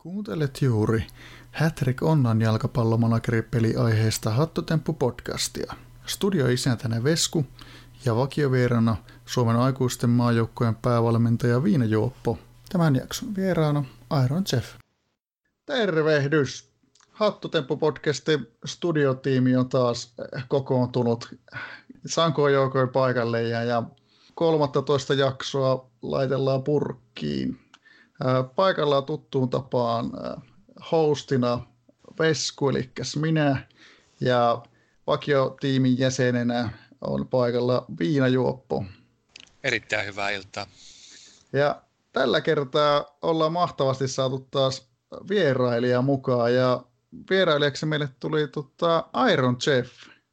Kuuntelet juuri Hätrick Onnan jalkapallomanageri-peli aiheesta Hattutemppu-podcastia. Studioisäntänä Vesku ja vakiovieraana Suomen aikuisten maajoukkojen päävalmentaja Viina Juoppo. Tämän jakson vieraana Iron Chef. Tervehdys! Hattutemppu-podcastin studiotiimi on taas kokoontunut sankoin joukoin paikalle ja 13 jaksoa laitellaan purkkiin. Paikalla on tuttuun tapaan hostina Vesku, eli minä, ja vakiotiimin jäsenenä on paikalla Viina Juoppo. Erittäin hyvää iltaa. Ja tällä kertaa ollaan mahtavasti saatu taas vierailija mukaan, ja vierailijaksi meille tuli Iron Chef.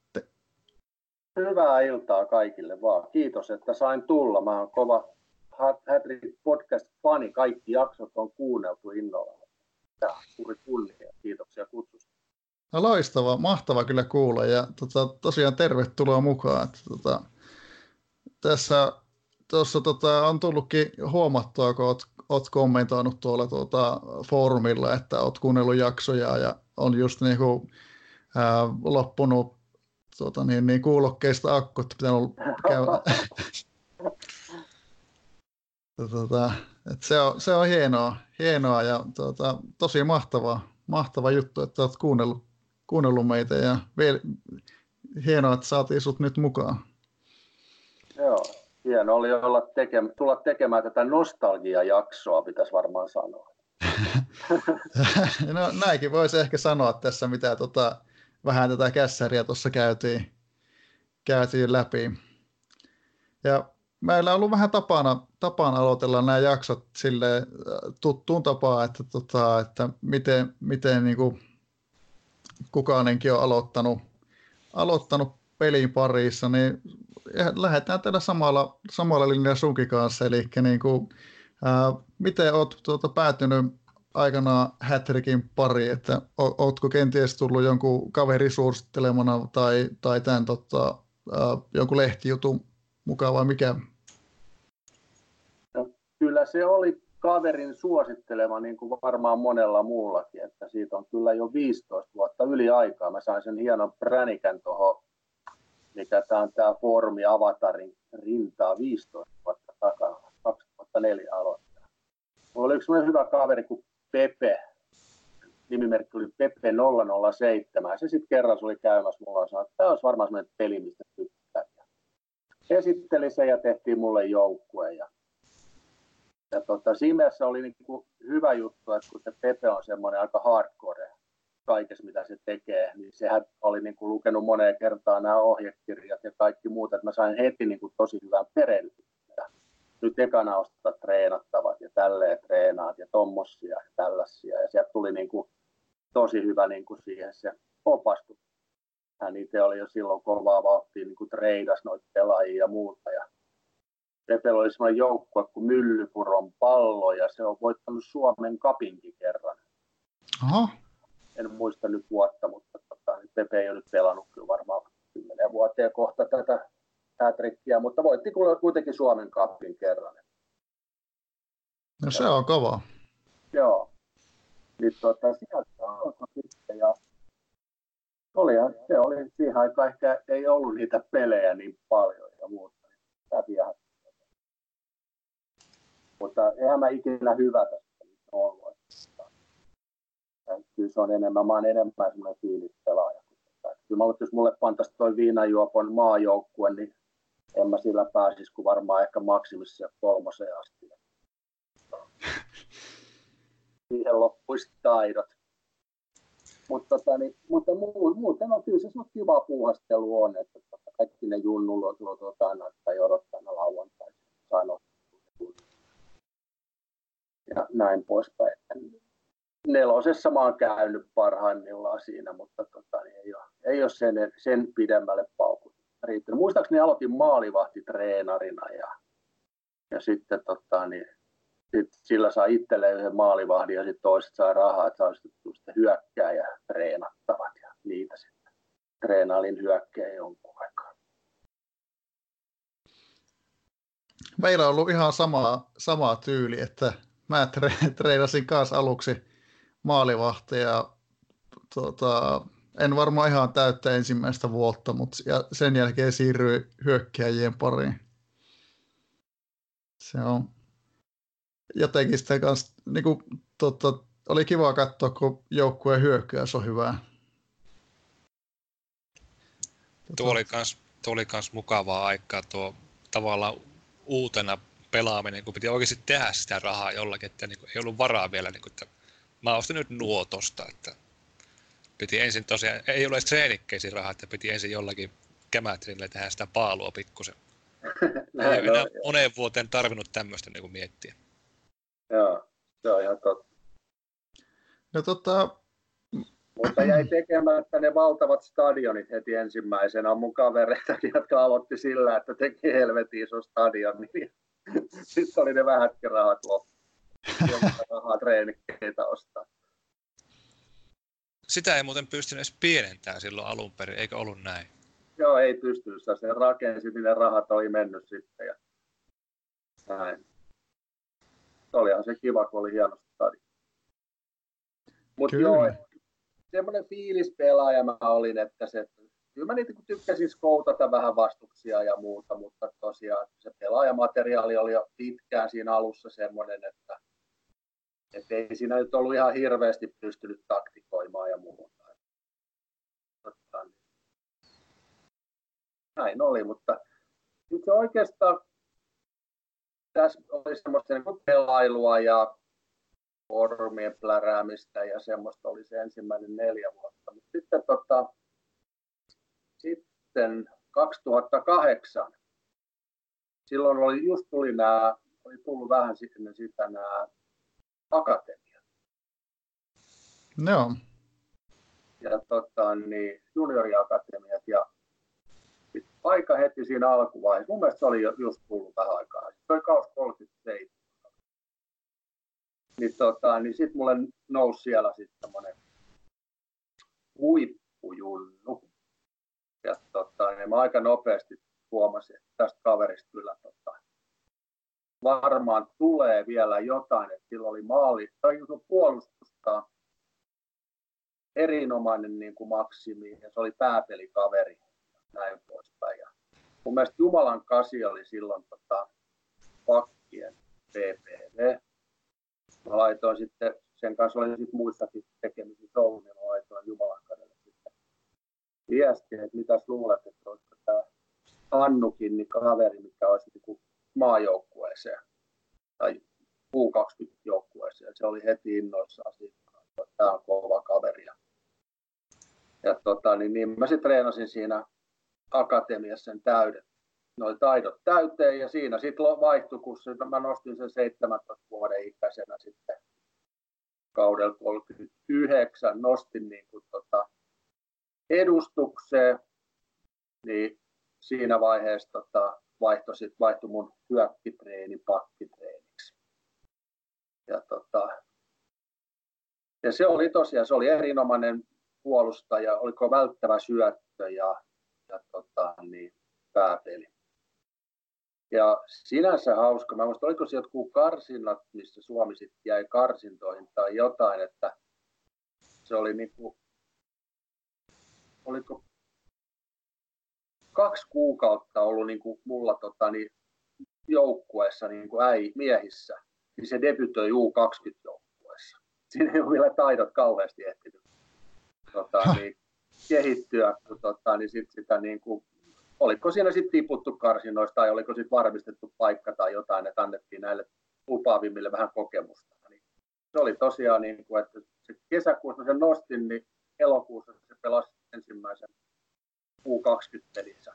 Hyvää iltaa kaikille vaan. Kiitos, että sain tulla. Mä oon kova Hätrick podcast-fani. Kaikki jaksot on kuunneltu innolla. Tämä on suuri kunnia. Kiitoksia kutsusta. No loistava, mahtava kyllä kuulla ja tosiaan tervetuloa mukaan. Tuossa on tullutkin huomattua, kun oot kommentoinut tuolla foorumilla, että oot kuunnellut jaksoja ja on just loppunut kuulokkeista akkut. Se on hienoa ja tosi mahtava juttu, että olet kuunnellut meitä ja vielä hienoa, että saatiin sut nyt mukaan. Joo, hienoa oli tulla tekemään tätä nostalgia-jaksoa, pitäisi varmaan sanoa. No näinkin voisi ehkä sanoa tässä, mitä vähän tätä kässäriä tuossa käytiin läpi. Ja meillä on ollut vähän tapana aloitella nämä jaksot silleen tuttuun tapaan, että miten niin kuin kukainenkin on aloittanut pelin parissa, niin lähdetään tällä samalla linjalla sunkin kanssa. Eli niin kuin, miten olet päätynyt aikanaan Hätrickin pariin, että oletko kenties tullut jonkun kaverin suosittelemana tai tämän jonkun lehtijutun mukaan vai mikä? No, kyllä se oli kaverin suosittelema, niin kuin varmaan monella muullakin, että siitä on kyllä jo 15 vuotta yli aikaa. Mä sain sen hienon pränikän tuohon, mikä tämä foorumi Avatarin rintaa 15 vuotta takana, 2004 aloittaa. Mulla oli yksi hyvä kaveri kuin Pepe, nimimerkki oli Pepe 007, se sitten kerran oli käymässä mulla ja sanoi, että tämä olisi varmaan sellainen peli, mistä tykkää. Esitteli se ja tehtiin mulle joukkue. Ja siinä mielessä oli niinku hyvä juttu, että kun se Pepe on semmoinen aika hardcore kaikessa, mitä se tekee, niin sehän oli niinku lukenut moneen kertaan nämä ohjekirjat ja kaikki muuta, että mä sain heti niinku tosi hyvän perehdytyksen. Nyt ekana ostaa treenattavat ja tälleen treenaat ja tommosia ja tällaisia. Ja sieltä tuli niinku tosi hyvä niinku siihen se opastus. Hän itse oli jo silloin kovaa vauhtia, niin kuin treidas noita pelaajia ja muuta. Ja Pepellä oli semmoinen joukkue kuin Myllypuron Pallo, ja se on voittanut Suomen Cupinkin kerran. Aha. En muista nyt vuotta, mutta Pepe ei ole nyt pelannut kyllä varmaan 10 vuoteen kohta tätä Hätrickia, mutta voitti kuitenkin Suomen Cupin kerran. No se on kova. Joo. Nyt sieltä alkoi sitten ja se oli siihen aikaan ehkä ei ollut niitä pelejä niin paljon ja muuta. Mutta eihän mä ikinä hyvä tästä ollut. Kyllä se on enemmän, mä oon enemmän semmoinen fiilispelaaja. Kyllä jos mulle pantaisi toi Viina Juopon maajoukkue, niin en mä sillä pääsisi kuin varmaan ehkä maksimissa 3 asti. Siihen loppuisi taidot. Mutta muuten on kyllä se kiva puuhastelu on, että kaikki ne junnulut tai odottaa lauantai sanoa. Ja näin poispäin. 4. mä oon käynyt parhaimmillaan siinä, mutta ei ole sen pidemmälle paukut riittänyt. Muistaakseni aloitin maalivahtitreenarina ja sitten sillä saa itselleen yhden maalivahdin ja sitten toiset saa rahaa, että saa sitten hyökkääjä treenattavat ja niitä sitten treenailin hyökkääjä jonkun aikaa. Meillä on ollut ihan sama tyyli, että mä treenasin kanssa aluksi maalivahtia. En varmaan ihan täyttä ensimmäistä vuotta, mutta sen jälkeen siirryin hyökkääjien pariin. Se on jotenkin sitä kanssa, niin kuin, oli kiva katsoa, kun joukkueen hyökkäys on hyvää. Tuo oli kans mukavaa aikaa tuo tavallaan uutena pelaaminen, kun piti oikeasti tehdä sitä rahaa jollakin, että niin kuin, ei ollut varaa vielä, niin kuin, että mä ostin nyt nuo tosta, että piti ensin tosiaan, ei ole edes treenikkeisiin rahaa, että piti ensin jollakin kämätrillä tehdä sitä paalua pikkusen. Ei enää moneen vuoteen tarvinnut tämmöistä niin kuin miettiä. Joo, se on ihan totta. No, mutta jäi tekemättä ne valtavat stadionit heti ensimmäisenä. On mun kavereita, jotka aloitti sillä, että teki helvetin iso stadioni. Sitten oli ne vähätkin rahat loppu. Rahaa treenikkeitä ostaa. Sitä ei muuten pystynyt edes pienentämään silloin alun perin, eikö ollut näin? Joo, ei pystynyt. Se rakensi, niin ne rahat oli mennyt sitten. Ja näin. Olihan se kiva, kun oli hieno stadion. Mutta joo, semmoinen fiilispelaaja mä olin, että kyllä mä niitä tykkäsin skoutata vähän vastuksia ja muuta, mutta tosiaan se pelaajamateriaali oli jo pitkään siinä alussa semmoinen, että ei siinä nyt ollut ihan hirveästi pystynyt taktikoimaan ja muuta. Näin oli, mutta nyt se oikeastaan tässä oli semmoista niin kuin pelailua ja formien pläräämistä ja semmoista oli se ensimmäinen 4 vuotta. Mutta sitten 2008, silloin oli tullut vähän sitten sitä nämä akatemiat. No. Ja junioriakatemiat ja aika heti siinä alkuvaiheessa. Mun mielestä se oli just tullut vähän aikaa. Se oli kausi 37. Niin sitten mulle nousi siellä sitten semmoinen huippujunnu. Ja niin mä aika nopeasti huomasin, että tästä kaverista kyllä varmaan tulee vielä jotain. Että sillä oli puolustusta erinomainen niin kuin maksimi ja se oli pääpelikaveri näin poispäin. Ja mun mielestä Jumalan kasi oli silloin pakkien PPV. Mä laitoin sitten, sen kanssa olin sitten muissakin tekemisissä ollut, niin mä laitoin Jumalan kadelle sitten viestiä, että mitäs luulet, että olisiko tämä Hannukin niin kaveri, mikä olisi niin maajoukkueeseen tai U20-joukkueeseen. Se oli heti innoissaan siitä, että tämä on kova kaveri. Ja niin mä sitten treenasin siinä akatemiassa sen noi taidot täyteen ja siinä sitten vaihtui, kun mä nostin sen 17 vuoden ikäisenä sitten kaudella 39, nostin niin kuin edustukseen, niin siinä vaiheessa vaihtui mun hyökkitreeni pakkitreeniksi. Ja se oli tosiaan, se oli erinomainen puolustaja, oliko välttävä syöttö ja pääpeli. Ja sinänsä hauska, mä muistan, oliko se jotkut karsinnat, missä Suomi sitten jäi karsintoihin tai jotain, että se oli niinku, oliko 2 kuukautta ollut niinku mulla joukkueessa niinku miehissä, niin se debytoi U20-joukkueessa. Siinä ei ole vielä taidot kauheasti ehtinyt kehittyä, kun niin sit sitä niinku, oliko siinä sitten tiputtu karsinoista tai oliko sitten varmistettu paikka tai jotain, että annettiin näille lupaavimmille vähän kokemusta. Niin se oli tosiaan niin kuin, että se kesäkuussa sen nostin, niin elokuussa se pelasi ensimmäisen U20-pelinsä.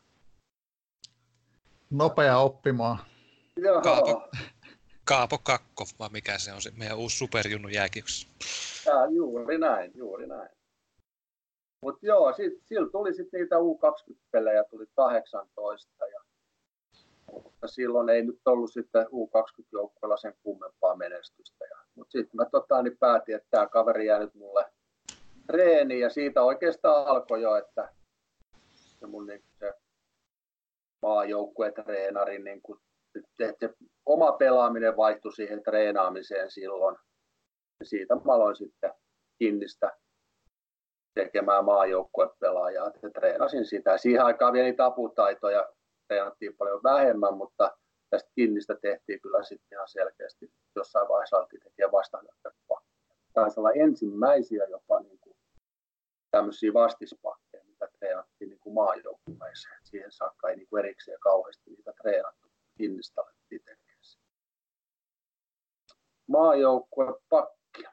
Nopea oppimaan. Joo. Kaapo Kakko, vai mikä se on se meidän uusi superjunnu jääkiekossa. Juuri näin. Mutta joo, sillä tuli sitten niitä U20-pelejä, tuli 18. Mutta silloin ei nyt ollut sitten U20-joukkueella sen kummempaa menestystä. Mutta sitten mä niin päätin, että tämä kaveri jää nyt mulle treeniin ja siitä oikeastaan alkoi jo, että se mun se maajoukkuetreenari, niin että se oma pelaaminen vaihtui siihen treenaamiseen silloin. Ja siitä mä aloin sitten Kinnistä tekemään maajoukkuepelaajaa. Treenasin sitä. Siihen aikaan vielä niitä aputaitoja treenattiin paljon vähemmän, mutta tästä Kinnistä tehtiin kyllä sitten ihan selkeästi. Jossain vaiheessa alettiin tekemään vastahyökkäyspakkeja. Taisi olla ensimmäisiä jopa niin kuin tämmöisiä vastispakkeja, mitä treenattiin niin kuin maajoukkueeseen. Siihen saakka ei niin kuin erikseen kauheasti niitä treenattu. Kinnistä alettiin tekemään. Maajoukkuepakkia.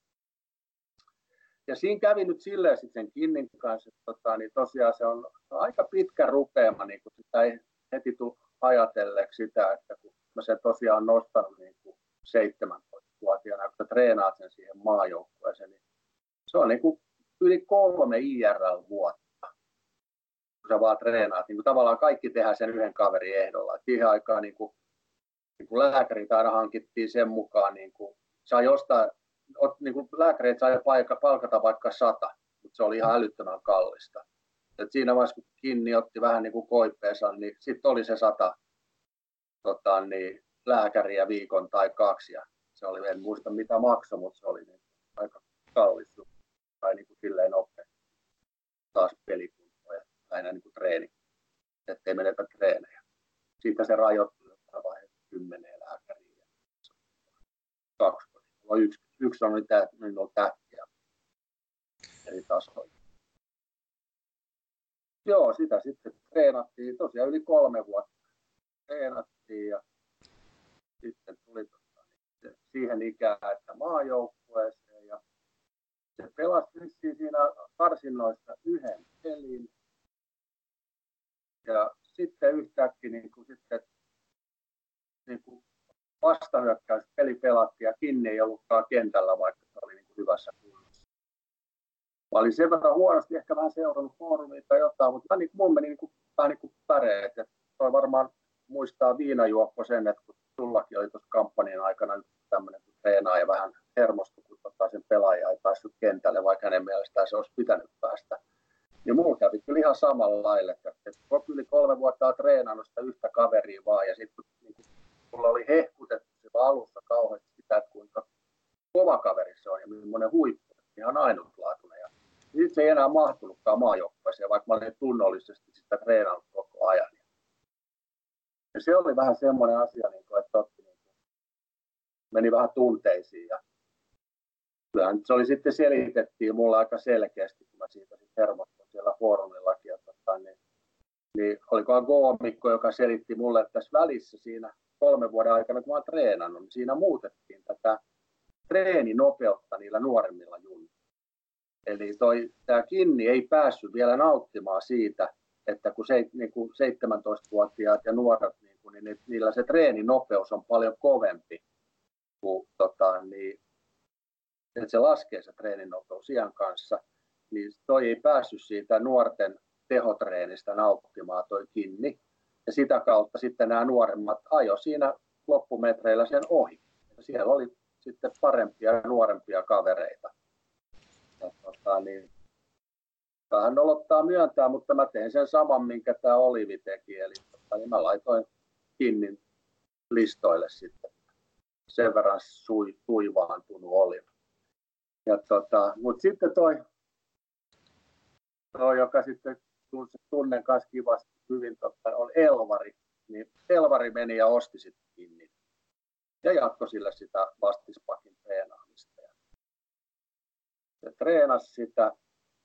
Ja siinä kävi nyt silleen sitten sen Kinnin kanssa, että niin tosiaan se on aika pitkä rupeama, niin kun sitä ei heti tule ajatelleeksi sitä, että kun mä sen tosiaan nostanut niin kuin 17-vuotiaana, kun sä treenaat sen siihen maajoukkueeseen, niin se on niin kuin yli 3 IRL-vuotta, kun sä vaan treenaat. Niin kuin tavallaan kaikki tehdään sen yhden kaverin ehdolla. Et siihen aikaan niin kuin lääkärit aina hankittiin sen mukaan, niin kuin saa jostain, niin kuin lääkäreitä sai palkata vaikka 100, mutta se oli ihan älyttömän kallista. Et siinä vaiheessa, kun Kinni otti vähän niin kuin koipeensa, niin sitten oli se 100 niin lääkäriä viikon tai 2. Ja se oli, en muista mitä maksoi, mutta se oli niin aika kallis tai niin kuin silleen nopea. Taas pelikuntoa ja aina niin kuin treeni, ettei menetä treenejä. Siitä se rajoittui jossain vaiheessa 10 lääkäriä. 2. Yksi on tähtiä eri tasoja. Joo, sitä sitten treenattiin tosiaan yli 3 vuotta. Treenattiin ja sitten tuli siihen ikään, että maajoukkueeseen ja se pelasi vissiin siinä karsinnoissa yhden pelin. Ja sitten yhtäkkiä niin kuin vastahyökkäyspeli pelattiin ja Kinni ei ollutkaan kentällä, vaikka se oli niin kuin hyvässä kunnossa. Mä olin sen verran huonosti ehkä vähän seurannut foorumia tai jotain, mutta mun meni vähän niin kuin päreet. Toi varmaan muistaa Viinajuoppo sen, että kun sullakin oli tuossa kampanjan aikana tämmöinen treenaa ja vähän hermostui, kun sen pelaaja ei päässyt kentälle, vaikka hänen mielestään se olisi pitänyt päästä. Ja mulla kävi kyllä ihan samalla lailla, että yli 3 vuotta on treenannut sitä yhtä kaveria vaan ja sitten niin mulla oli hehkutettu siellä alussa kauheasti sitä, että kuinka kova kaveri se on ja millainen huippu, ihan ainutlaatuinen. Ja sitten se ei enää mahtunutkaan maajoukkueeseen, vaikka mä olin tunnollisesti sitä treenannut koko ajan. Ja se oli vähän semmoinen asia, että meni vähän tunteisiin. Ja kyllähän se oli sitten selitettiin mulle aika selkeästi, kun mä siitä sitten hermostuin siellä foorumillakin. Niin olikohan koomikko, joka selitti mulle, että tässä välissä siinä 3 vuoden aikana, kun mä oon treenannut, niin siinä muutettiin tätä treeninopeutta niillä nuoremmilla junnuilla. Eli tämä Kinni ei päässyt vielä nauttimaan siitä, että kun 17-vuotiaat ja nuoret, niin niillä se treeninopeus on paljon kovempi, kuin, että se laskee se treeninopeus iän kanssa, niin toi ei päässyt siitä nuorten tehotreenistä nauttimaan toi Kinni. Ja sitä kautta sitten nämä nuoremmat ajo siinä loppumetreillä sen ohi. Ja siellä oli sitten parempia ja nuorempia kavereita. Ja vähän nolottaa myöntää, mutta mä tein sen saman, minkä tämä Olivi teki. Eli niin mä laitoin Kinnin listoille sitten. Sen verran suivaantunut olin. Ja mutta sitten toi, joka sitten tunnen kanssa kivasti hyvin, on Elvari. Niin Elvari meni ja osti sitten Kinnin. Ja jatkoi sille sitä vastispakin treenaamista. Se treenasi sitä.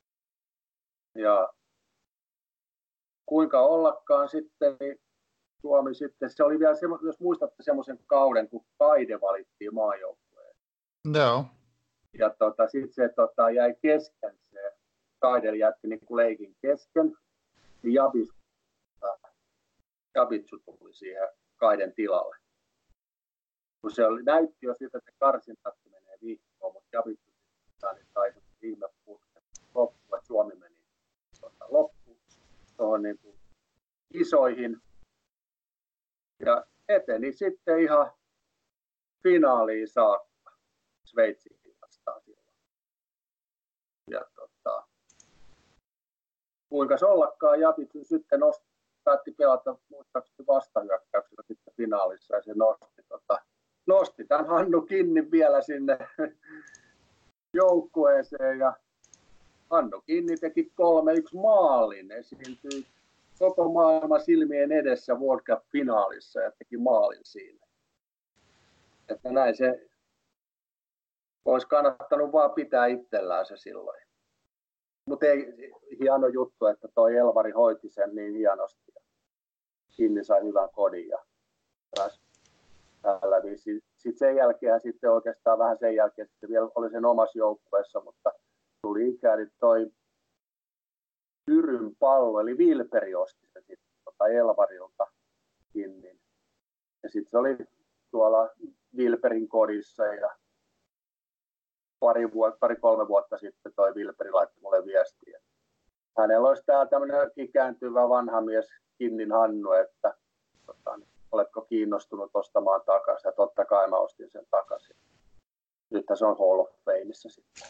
Ja kuinka ollakaan sitten, niin Suomi sitten, se oli vielä, jos muistatte semmoisen kauden, kun Kaide valittiin maajoukkueen. Joo. Ja sitten se jäi kesken, se Kaide jätti niin kuin leikin kesken, niin Jabitsu tuli siihen Kaiden tilalle. Kun se näytti jo siltä, että karsintat menee viikkoon, mutta Jabitsu niin sai viime putken loppuun, että Suomi meni loppuun tuohon niin kuin isoihin. Ja eteni sitten ihan finaaliin saakka Sveitsiin vastaan silloin. Ja kuinka se ollakaan, Jabitsu sitten päätti pelata muistaakseni vastahyökkäyksellä sitten finaalissa ja se nosti tämän Hannu Kinnin vielä sinne joukkueeseen ja Hannu Kinni teki 3-1 maalin, esiintyi koko maailman silmien edessä World Cup-finaalissa ja teki maalin siinä. Että näin se olisi kannattanut vaan pitää itsellään se silloin. Mutta ei hieno juttu, että toi Elvari hoiti sen niin hienosti. Kinni sai hyvän kodin ja tällä viisi. Sitten sen jälkeen sitten oikeastaan vähän sen jälkeen sitten vielä oli sen omassa joukkueessa, mutta tuli ikäri toi Hyryn pallo, eli Vilperi osti se sitten Elvarilta Kinnin. Ja sitten se oli tuolla Vilperin kodissa ja pari-kolme vuotta sitten toi Vilperi laittoi mulle viestiä. Hänellä olisi täällä tämmöinen ikääntyvä vanha mies Kinnin Hannu, että oletko kiinnostunut ostamaan takaisin. Ja totta kai mä ostin sen takaisin. Nyt se on Hall of Fameissa sitten.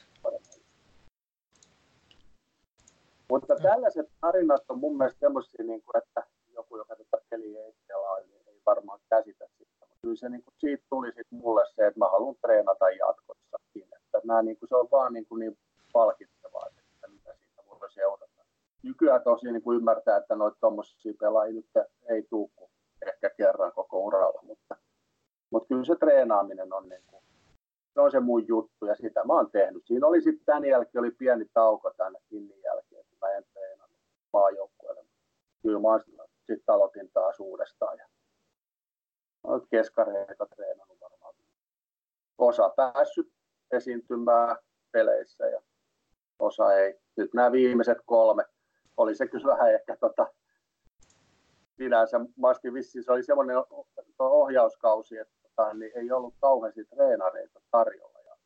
Mutta tällaiset tarinat on mun mielestä semmoisia, että joku, joka tätä peliä ei pelaa, niin ei varmaan käsitä sitä. Mutta kyllä se, siitä tuli sitten mulle se, että mä haluan treenata jatkossakin. Että se on vaan niin palkittavaa, että mitä siitä voi seurata. Nykyään tosiaan ymmärtää, että noita tommosia pelaajia nyt ei tule ehkä kerran koko uralla, mutta kyllä se treenaaminen on, se on se mun juttu ja sitä mä oon tehnyt. Siinä oli sitten tämän jälkeen oli pieni tauko tänne Kinnin jälkeen, että mä en treenannut maajoukkueelle. Kyllä mä sitten aloitin taas uudestaan ja olen keskareita treenannut varmaan. Osa päässyt esiintymään peleissä ja osa ei. Nyt nämä viimeiset 3 oli se kyllä vähän ehkä sinänsä. Vissiin se oli semmoinen ohjauskausi, että niin ei ollut kauheasti treenareita tarjolla. Ja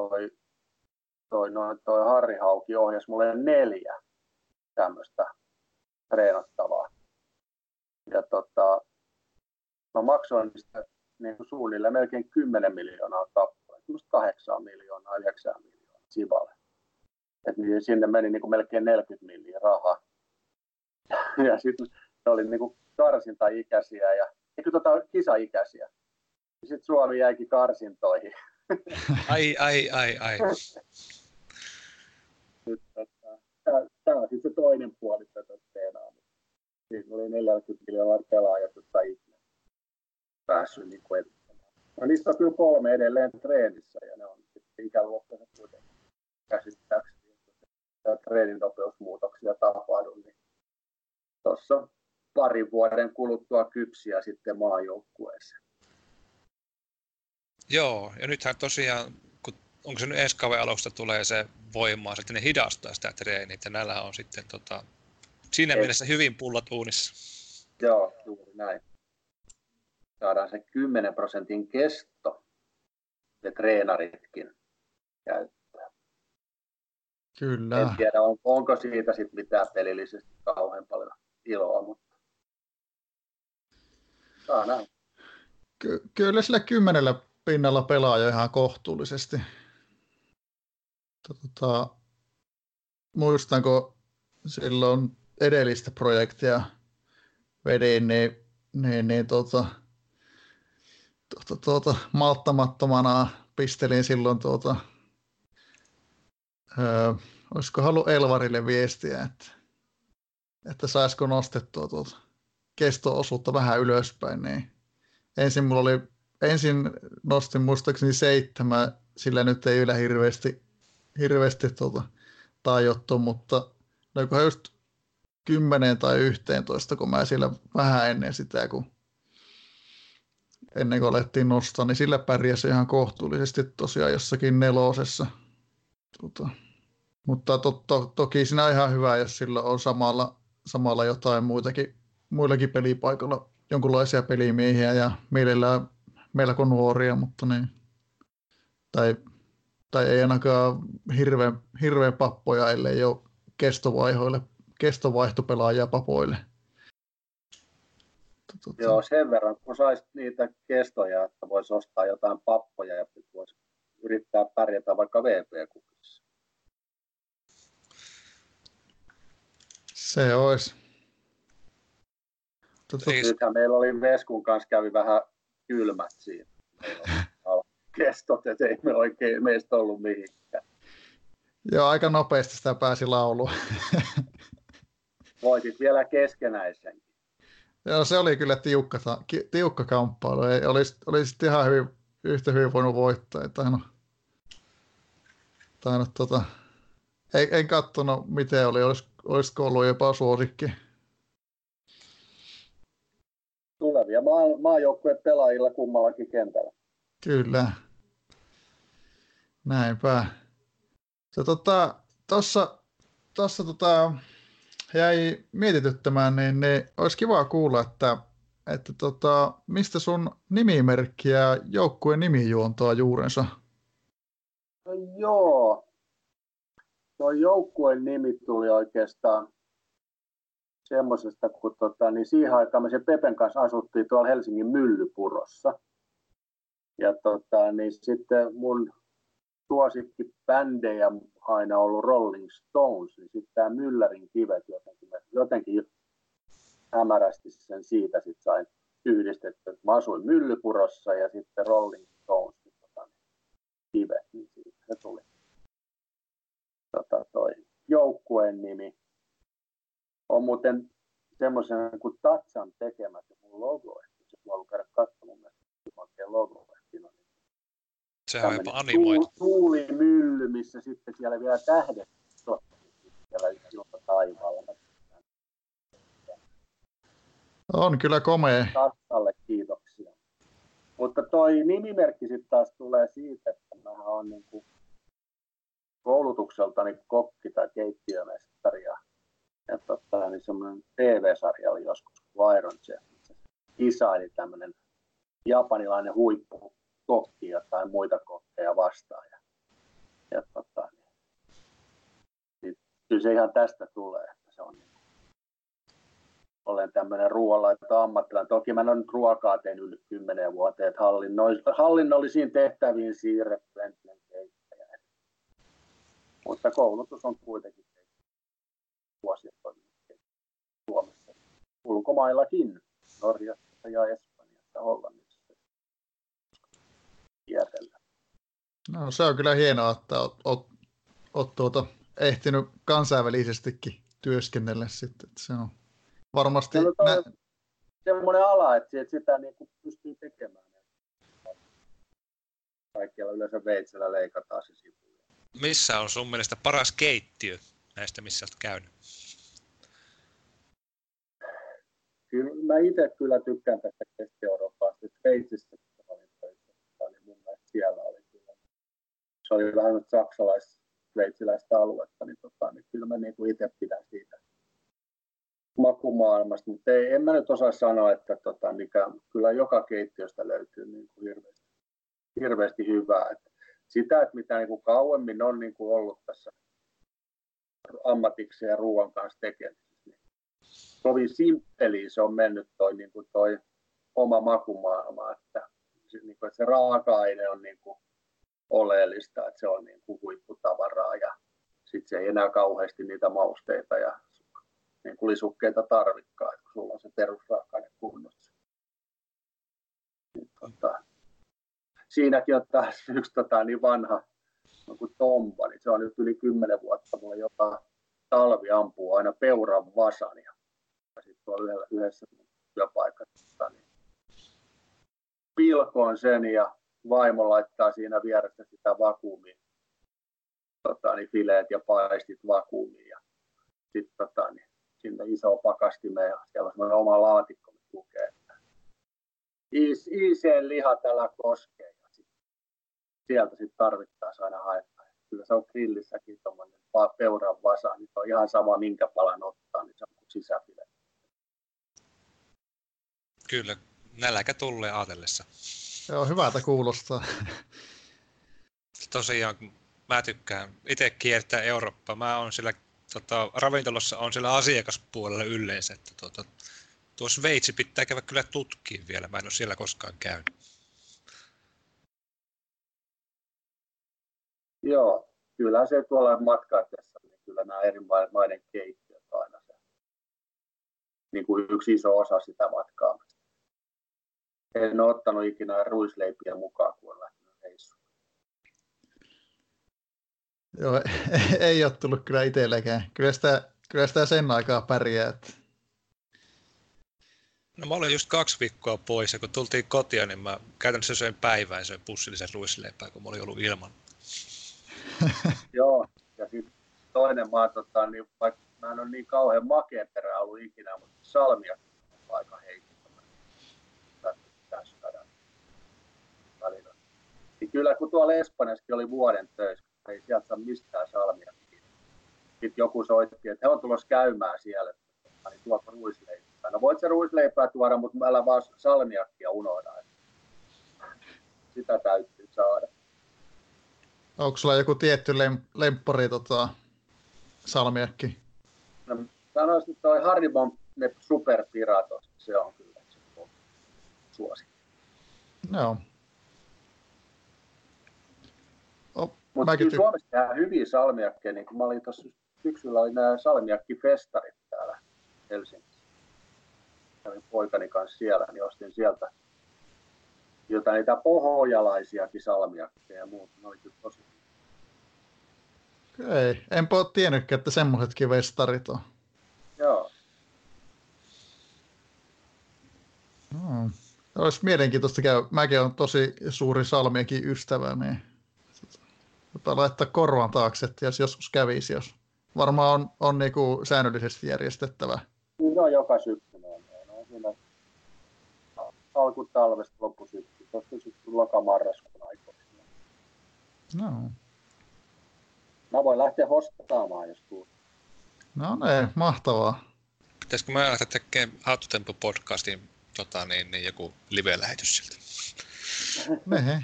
toi Harri Hauki ohjasi mulle 4 tämmöistä treenattavaa. Ja mä maksoin niistä suunnilleen melkein 10 miljoonaa kappaleita, 8 miljoonaa, 9 miljoonaa Sivalle. Et niin sinne meni melkein 40 miljoonaa rahaa. Ja sitten ne oli karsinta-ikäisiä ja kisaikäisiä. Sitten Suomi jäikin karsintoihin. Ai. Nyt, tämä on sitten se toinen puoli tätä treenaamista. Siinä oli 40 miljoonaa pelaajat, jotka ei päässyt edistämään. No, niistä on kyllä 3 edelleen treenissä ja ne on sitten ikäluokkaiset kuitenkin käsittääkseni. Treeninopeusmuutoksia tapahdu, niin tuossa parin vuoden kuluttua kypsiä sitten maajoukkueeseen. Joo, ja nythän tosiaan, onko se nyt ensi kauden alusta tulee se voimaa, että ne hidastaa sitä treeniä, ja näillä on sitten siinä mielessä hyvin pullat uunissa. Joo, juuri näin. Saadaan se 10% kesto, ja treenaritkin käyttää. Kyllä. En tiedä, onko siitä sitten mitään pelillisesti kauhean paljon iloa, mutta saa näin. Kyllä sillä 10 pinnalla pelaa jo ihan kohtuullisesti. Muistanko silloin edellistä projektia vedin, niin malttamattomana pistelin silloin olisiko halu Elvarille viestiä, että saisiko nostettua kesto-osuutta vähän ylöspäin, niin ensin nostin muistaakseni 7, sillä nyt ei yllä hirveästi tajottu, mutta olikohan just 10 tai 11, kun mä siellä vähän ennen kuin alettiin nostaa, niin sillä pärjäsi ihan kohtuullisesti tosiaan jossakin 4. Mutta toki siinä on ihan hyvä, jos sillä on samalla jotain muillakin pelipaikoilla jonkinlaisia pelimiehiä ja mielellään melko nuoria, mutta niin, tai ei ainakaan hirveän pappoja, ellei ole kestovaihtopelaajia papoille. Joo, sen verran, kun saisit niitä kestoja, että voisi ostaa jotain pappoja ja voisi yrittää pärjätä vaikka VP-kukissa. Se olisi. Nythän meillä oli Veskun kanssa kävi vähän kylmät siinä. kestot, että ei me oikein meistä ollut mihinkään. Joo, aika nopeasti sitä pääsi lauluun. Voitit vielä keskenäisenkin. Joo, se oli kyllä tiukka kamppailu. Olisi ihan yhtä hyvin voinut voittaa. Ei tainnut en katsonut, miten oli. Olisiko ollut jopa suosikki? Tulevia maajoukkueen pelaajilla kummallakin kentällä. Kyllä. Näinpä. Se tuossa jäi mietityttämään, niin olisi kiva kuulla, että mistä sun nimimerkki ja joukkueen nimi juontaa juurensa? No joo. Tuo joukkueen nimi tuli oikeastaan semmoisesta, kun niin siihen aikaan me sen Pepen kanssa asuttiin tuolla Helsingin Myllypurossa. Ja niin sitten mun suosikkibändejä aina ollut Rolling Stones, niin sitten tämä Myllärin kivet jotenkin hämärästi sen siitä sit sain yhdistetty. Mä asuin Myllypurossa ja sitten Rolling Stones kivet, niin siitä se tuli toi joukkueen nimi. On muuten semmoisen kuin Tatsan tekemä se mun logo, että se voi ollut käydä katsomaan mun oikein logo. Sehän on jopa animoitu. Tuulimylly, missä sitten siellä vielä tähdet siellä taivaalla. On kyllä komea. Tatsalle kiitoksia. Mutta toi nimimerkki sitten taas tulee siitä, että mähän on niinku koulutukseltani kokki tai keittiömestari ja niin semmoinen TV-sarja oli joskus Iron Chef. Kisaili tämmöinen japanilainen huippukokki tai muita kokkeja vastaan. Niin kyllä se ihan tästä tulee, että se on olen tämmöinen ruoanlaitto ammattilainen. Toki mä en ole nyt ruokaa tehnyt yli 10 vuoteen, että hallinnollisiin tehtäviin siirretty entinen keittäjä. Mutta koulutus on kuitenkin vuosia toiminut Suomessa. Ulkomaillakin, Norjassa ja Espanjassa, Hollannissa. Kierrellä. No, se on kyllä hienoa, että olet ehtinyt kansainvälisestikin työskennellä sitten. Että se on varmasti semmoinen ala, että sitä niin kuin pystyy tekemään. Kaikkialla yleensä veitsellä leikataan se sivuja. Missä on sun mielestä paras keittiö näistä, missä olet käynyt? Kyllä, mä itse kyllä tykkään tästä Keski-Euroopasta. Sveitsissä oli mun mielestä siellä oli kyllä. Se oli vähän saksalais-sveitsiläistä aluetta, niin kyllä mä niin kuin itse pidän siitä makumaailmasta, mutta en mä nyt osaa sanoa, että kyllä joka keittiöstä löytyy niin kuin hirveästi hyvää. Että sitä, että mitä niin kuin kauemmin on niin kuin ollut tässä ammatikseen ja ruoan kanssa tekemisissä, niin kovin simppeliin se on mennyt toi oma makumaailma, että se raaka-aine on niin kuin oleellista, että se on niin kuin huipputavaraa ja sitten se ei enää kauheasti niitä mausteita ja niin kuin lisukkeita tarvikkaa, että kun sulla on se perusraaka-aine kunnossa. Siinäkin on taas yksi niin vanha kuin tompa, niin se on nyt yli 10 vuotta. Mulla joka talvi ampuu aina peuran vasan ja sitten tuolla yhdessä työpaikassa niin pilkoon sen ja vaimo laittaa siinä vieressä sitä vakuumiin. Niin fileet ja paistit vakuumiin ja sitten niin sinne iso pakastime ja siellä on semmoinen oma laatikko, missä lukee, että IC-liha tällä koskee. Ja sieltä sitten tarvittaessa aina haetaan. Kyllä se on grillissäkin tuommoinen peuran vasa, niin se on ihan sama minkä palan ottaa, niin se on kuin sisäfile. Kyllä, nälkä tulee ajatellessa. Joo, hyvältä kuulostaa. Tosiaan, mä tykkään itse kiertää Eurooppaa. Mä oon siellä ravintolassa on siellä asiakaspuolella yleensä, että tuo Sveitsi pitää käydä kyllä tutkiin vielä, mä en ole siellä koskaan käynyt. Joo, kyllä se tuolla matkaatessa, niin kyllä nämä eri maiden keittiöt on aina se, niin kuin yksi iso osa sitä matkaamista. En ole ottanut ikinä ruisleipiä mukaan, kun on lähtenyt reissuun. Joo, ei ole tullut kyllä itsellekään. Kyllä sitä sen aikaa pärjää. Että... No mä olin just 2 viikkoa pois ja kun tultiin kotiin, niin mä käytännössä söin päivää ja söin pussillisen ruisleipää, kun mä olin ollut ilman. Joo, ja sitten toinen niin vaikka mä en ole niin kauhean makeen perää ollut ikinä, mutta salmia on aika heikko. Niin kyllä kun tuolla Espanjassakin oli vuoden töissä, ei sieltä saa mistään salmia. Sitten joku soitti, että he on tulossa käymään siellä, niin tuopa ruisleipää. No voit se ruisleipää tuoda, mutta älä vaan salmiakkia unohda. Sitä täytyy saada. Onko sulla joku tietty lemppari salmiakki? No, sanoisin, että toi Haribon ne superpiratos, se on kyllä se suosikki. Joo. Mutta kyllä Suomessa tehdään hyviä salmiakkeja, niin kun mä olin tuossa syksyllä, oli nämä salmiakkifestarit täällä Helsingissä. Kävin poikani kanssa siellä, niin ostin sieltä jotain niitä pohojalaisiakin salmiakkeja ja muut. Ne oli kyllä tosi. Ei, enpä ole tiennytkään, että semmoisetkin festarit on. Joo. Olisi mielenkiintoista käydä. Mäkin olen tosi suuri salmiakin ystävä, niin laittaa korvan taakse, että jos joskus kävisi, jos varmaan on niinku säännöllisesti järjestettävä. No joka syksy. No, siinä alkutalvesta loppusyksy. Tuossa syksy lokamarraskuun aikoina. No. Mä voin lähteä hostaamaan, jos tuu. No niin, mahtavaa. Pitäisikö mä lähteä tekemään Autotempo-podcastin niin joku live-lähetys siltä? Nehe.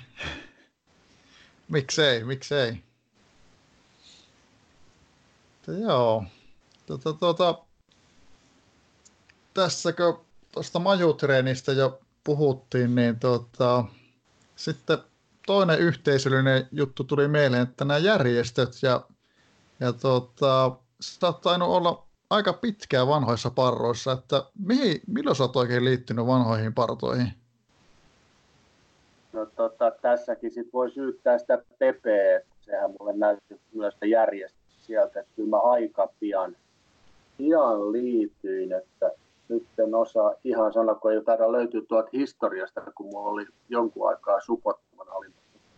Miksei. Joo. Tässäkö tuosta majutreenistä jo puhuttiin, niin sitten toinen yhteisöllinen juttu tuli mieleen, että nämä järjestöt ja sä oot tainnut olla aika pitkään vanhoissa parroissa, että milloin sä oot oikein liittynyt vanhoihin partoihin? No tässäkin sit voi syyttää sitä Pepeä, että sehän mulle näytti myös sitä järjestöä sieltä, että kyllä mä aika pian liityin, että nyt en osaa ihan sanoa, kun ei taida löytyä tuolta historiasta, kun mulla oli jonkun aikaa supottomana, olin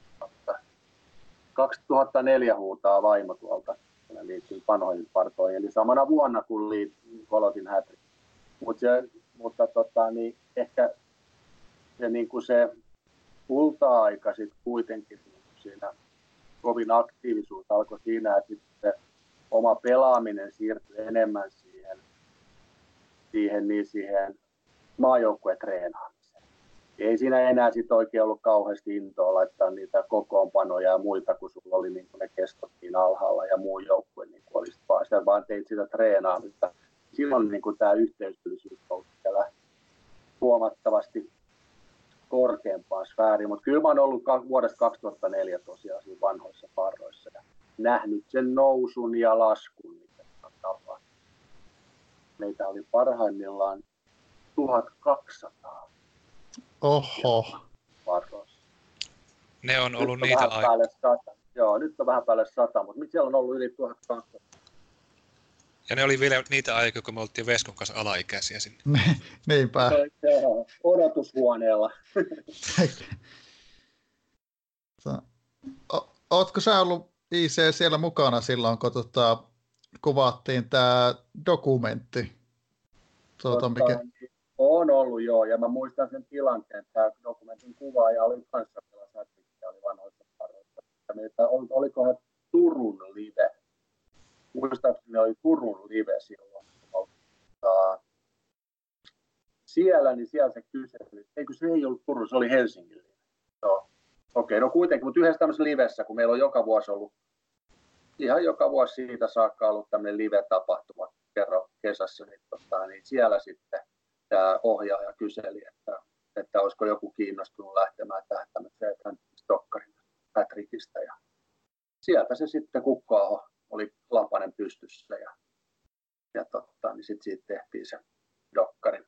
2004 huutaa vaimo tuolta, kun liittyin vanhoihin partoihin, eli samana vuonna kun aloitin hätri. Mutta niin ehkä se, niin kuin se kulta-aika sitten kuitenkin siinä kovin aktiivisuus alkoi siinä, että se oma pelaaminen siirtyi enemmän siihen maajoukkueen treenaamiseen. Ei siinä enää sitten oikein ollut kauheasti intoa laittaa niitä kokoonpanoja ja muita, kun sulla oli niin kun ne kestottiin alhaalla ja muu joukkue niin oli vaan teit sitä treenaamista. Silloin niin tämä yhteisöllisyys oli siellä huomattavasti korkeampaan sfääriin, mutta kyllä mä oon ollut vuodesta 2004 tosiaan siinä vanhoissa parroissa ja nähnyt sen nousun ja laskun, mitä tapahtuu. Meitä oli parhaimmillaan 1200. Oho. Parroissa. Ne on ollut niitä aikoja. Joo, nyt on vähän päälle 100, mutta siellä on ollut yli 1200. Ja ne oli vielä niitä aikoja, kun me oltiin Veskon kanssa alaikäisiä sinne. Niinpä. Odotushuoneella. Ootko sä ollut IC siellä mukana silloin, kun kuvattiin tämä dokumentti? Mikä... On ollut joo, ja mä muistan sen tilanteen, että tämä dokumentin kuvaaja oli kanssa mikä oli vanhoissa parroissa. Olikohan Turun live? Muistaakseni oli Turun live silloin. Siellä se kyseli. Eikö se ei ollut Turun, se oli Helsingin live. No, okei, no kuitenkin, mutta yhdessä tämmöisessä livessä, kun meillä on joka vuosi ollut, ihan joka vuosi siitä saakka ollut tämmöinen live-tapahtuma kerran kesässä, niin siellä sitten tämä ohjaaja kyseli, että olisiko joku kiinnostunut lähtemään tähän tämmöiseen Stokkarin Patrickista. Ja sieltä se sitten Kukko-aho oli lapanen pystyssä ja niin sitten siitä tehtiin se dokkari.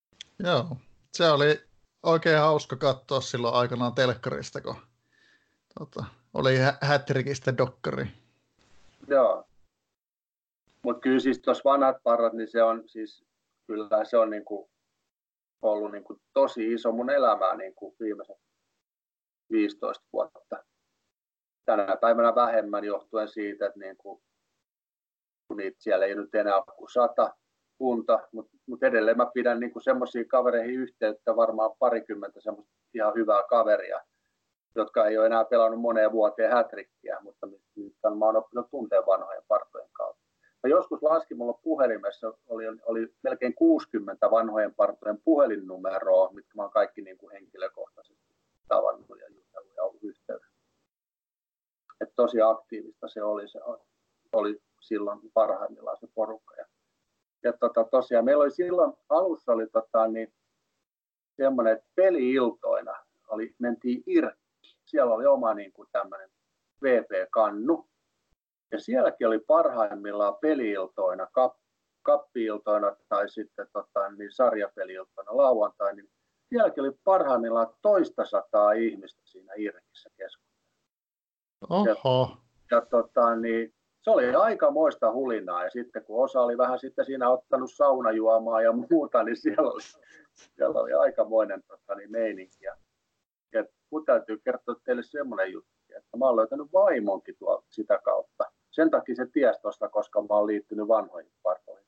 Joo, se oli oikein hauska katsoa silloin aikanaan telkkarista, kun oli Hätrikistä dokkari. Joo. Mutta kyllä siis tuossa vanhat parrat, niin se on siis, kyllä se on niinku ollut niinku tosi iso mun elämää niinku viimeiset 15 vuotta. Tänä päivänä vähemmän johtuen siitä, että niinku, kun niitä siellä ei nyt enää ole kuin 100 kunta, mutta edelleen mä pidän niinku semmoisiin kavereihin yhteyttä, varmaan parikymmentä semmoista ihan hyvää kaveria, jotka ei ole enää pelannut moneen vuoteen hätrikkiä, mutta mä oon oppinut tunteen vanhojen partojen kautta. Mä joskus laskin, mulla puhelimessa oli melkein 60 vanhojen partojen puhelinnumeroa, mitkä mä oon kaikki niin kuin henkilökohtaisesti tavannut ja jutellut ja ollut yhteydessä. Että tosi aktiivista se oli silloin parhaimmillaan se porukka. Ja tosiaan meillä oli silloin alussa oli semmoinen, että peli-iltoina mentiin Irkki. Siellä oli oma niin kuin tämmöinen VP-kannu. Ja sielläkin oli parhaimmillaan peli-iltoina, kappi-iltoina tai sitten sarjapeli-iltoina lauantai. Niin sielläkin oli parhaimmillaan 200 ihmistä siinä Irkissä keskuudessa. Oho. Ja se oli aikamoista hulinaa. Ja sitten kun osa oli vähän sitten siinä ottanut saunajuomaa ja muuta, niin siellä oli aikamoinen meininki. Ja kun täytyy kertoa teille semmoinen juttu, että mä oon löytänyt vaimonkin sitä kautta. Sen takia se ties tuosta, koska mä oon liittynyt vanhoihin partoihin.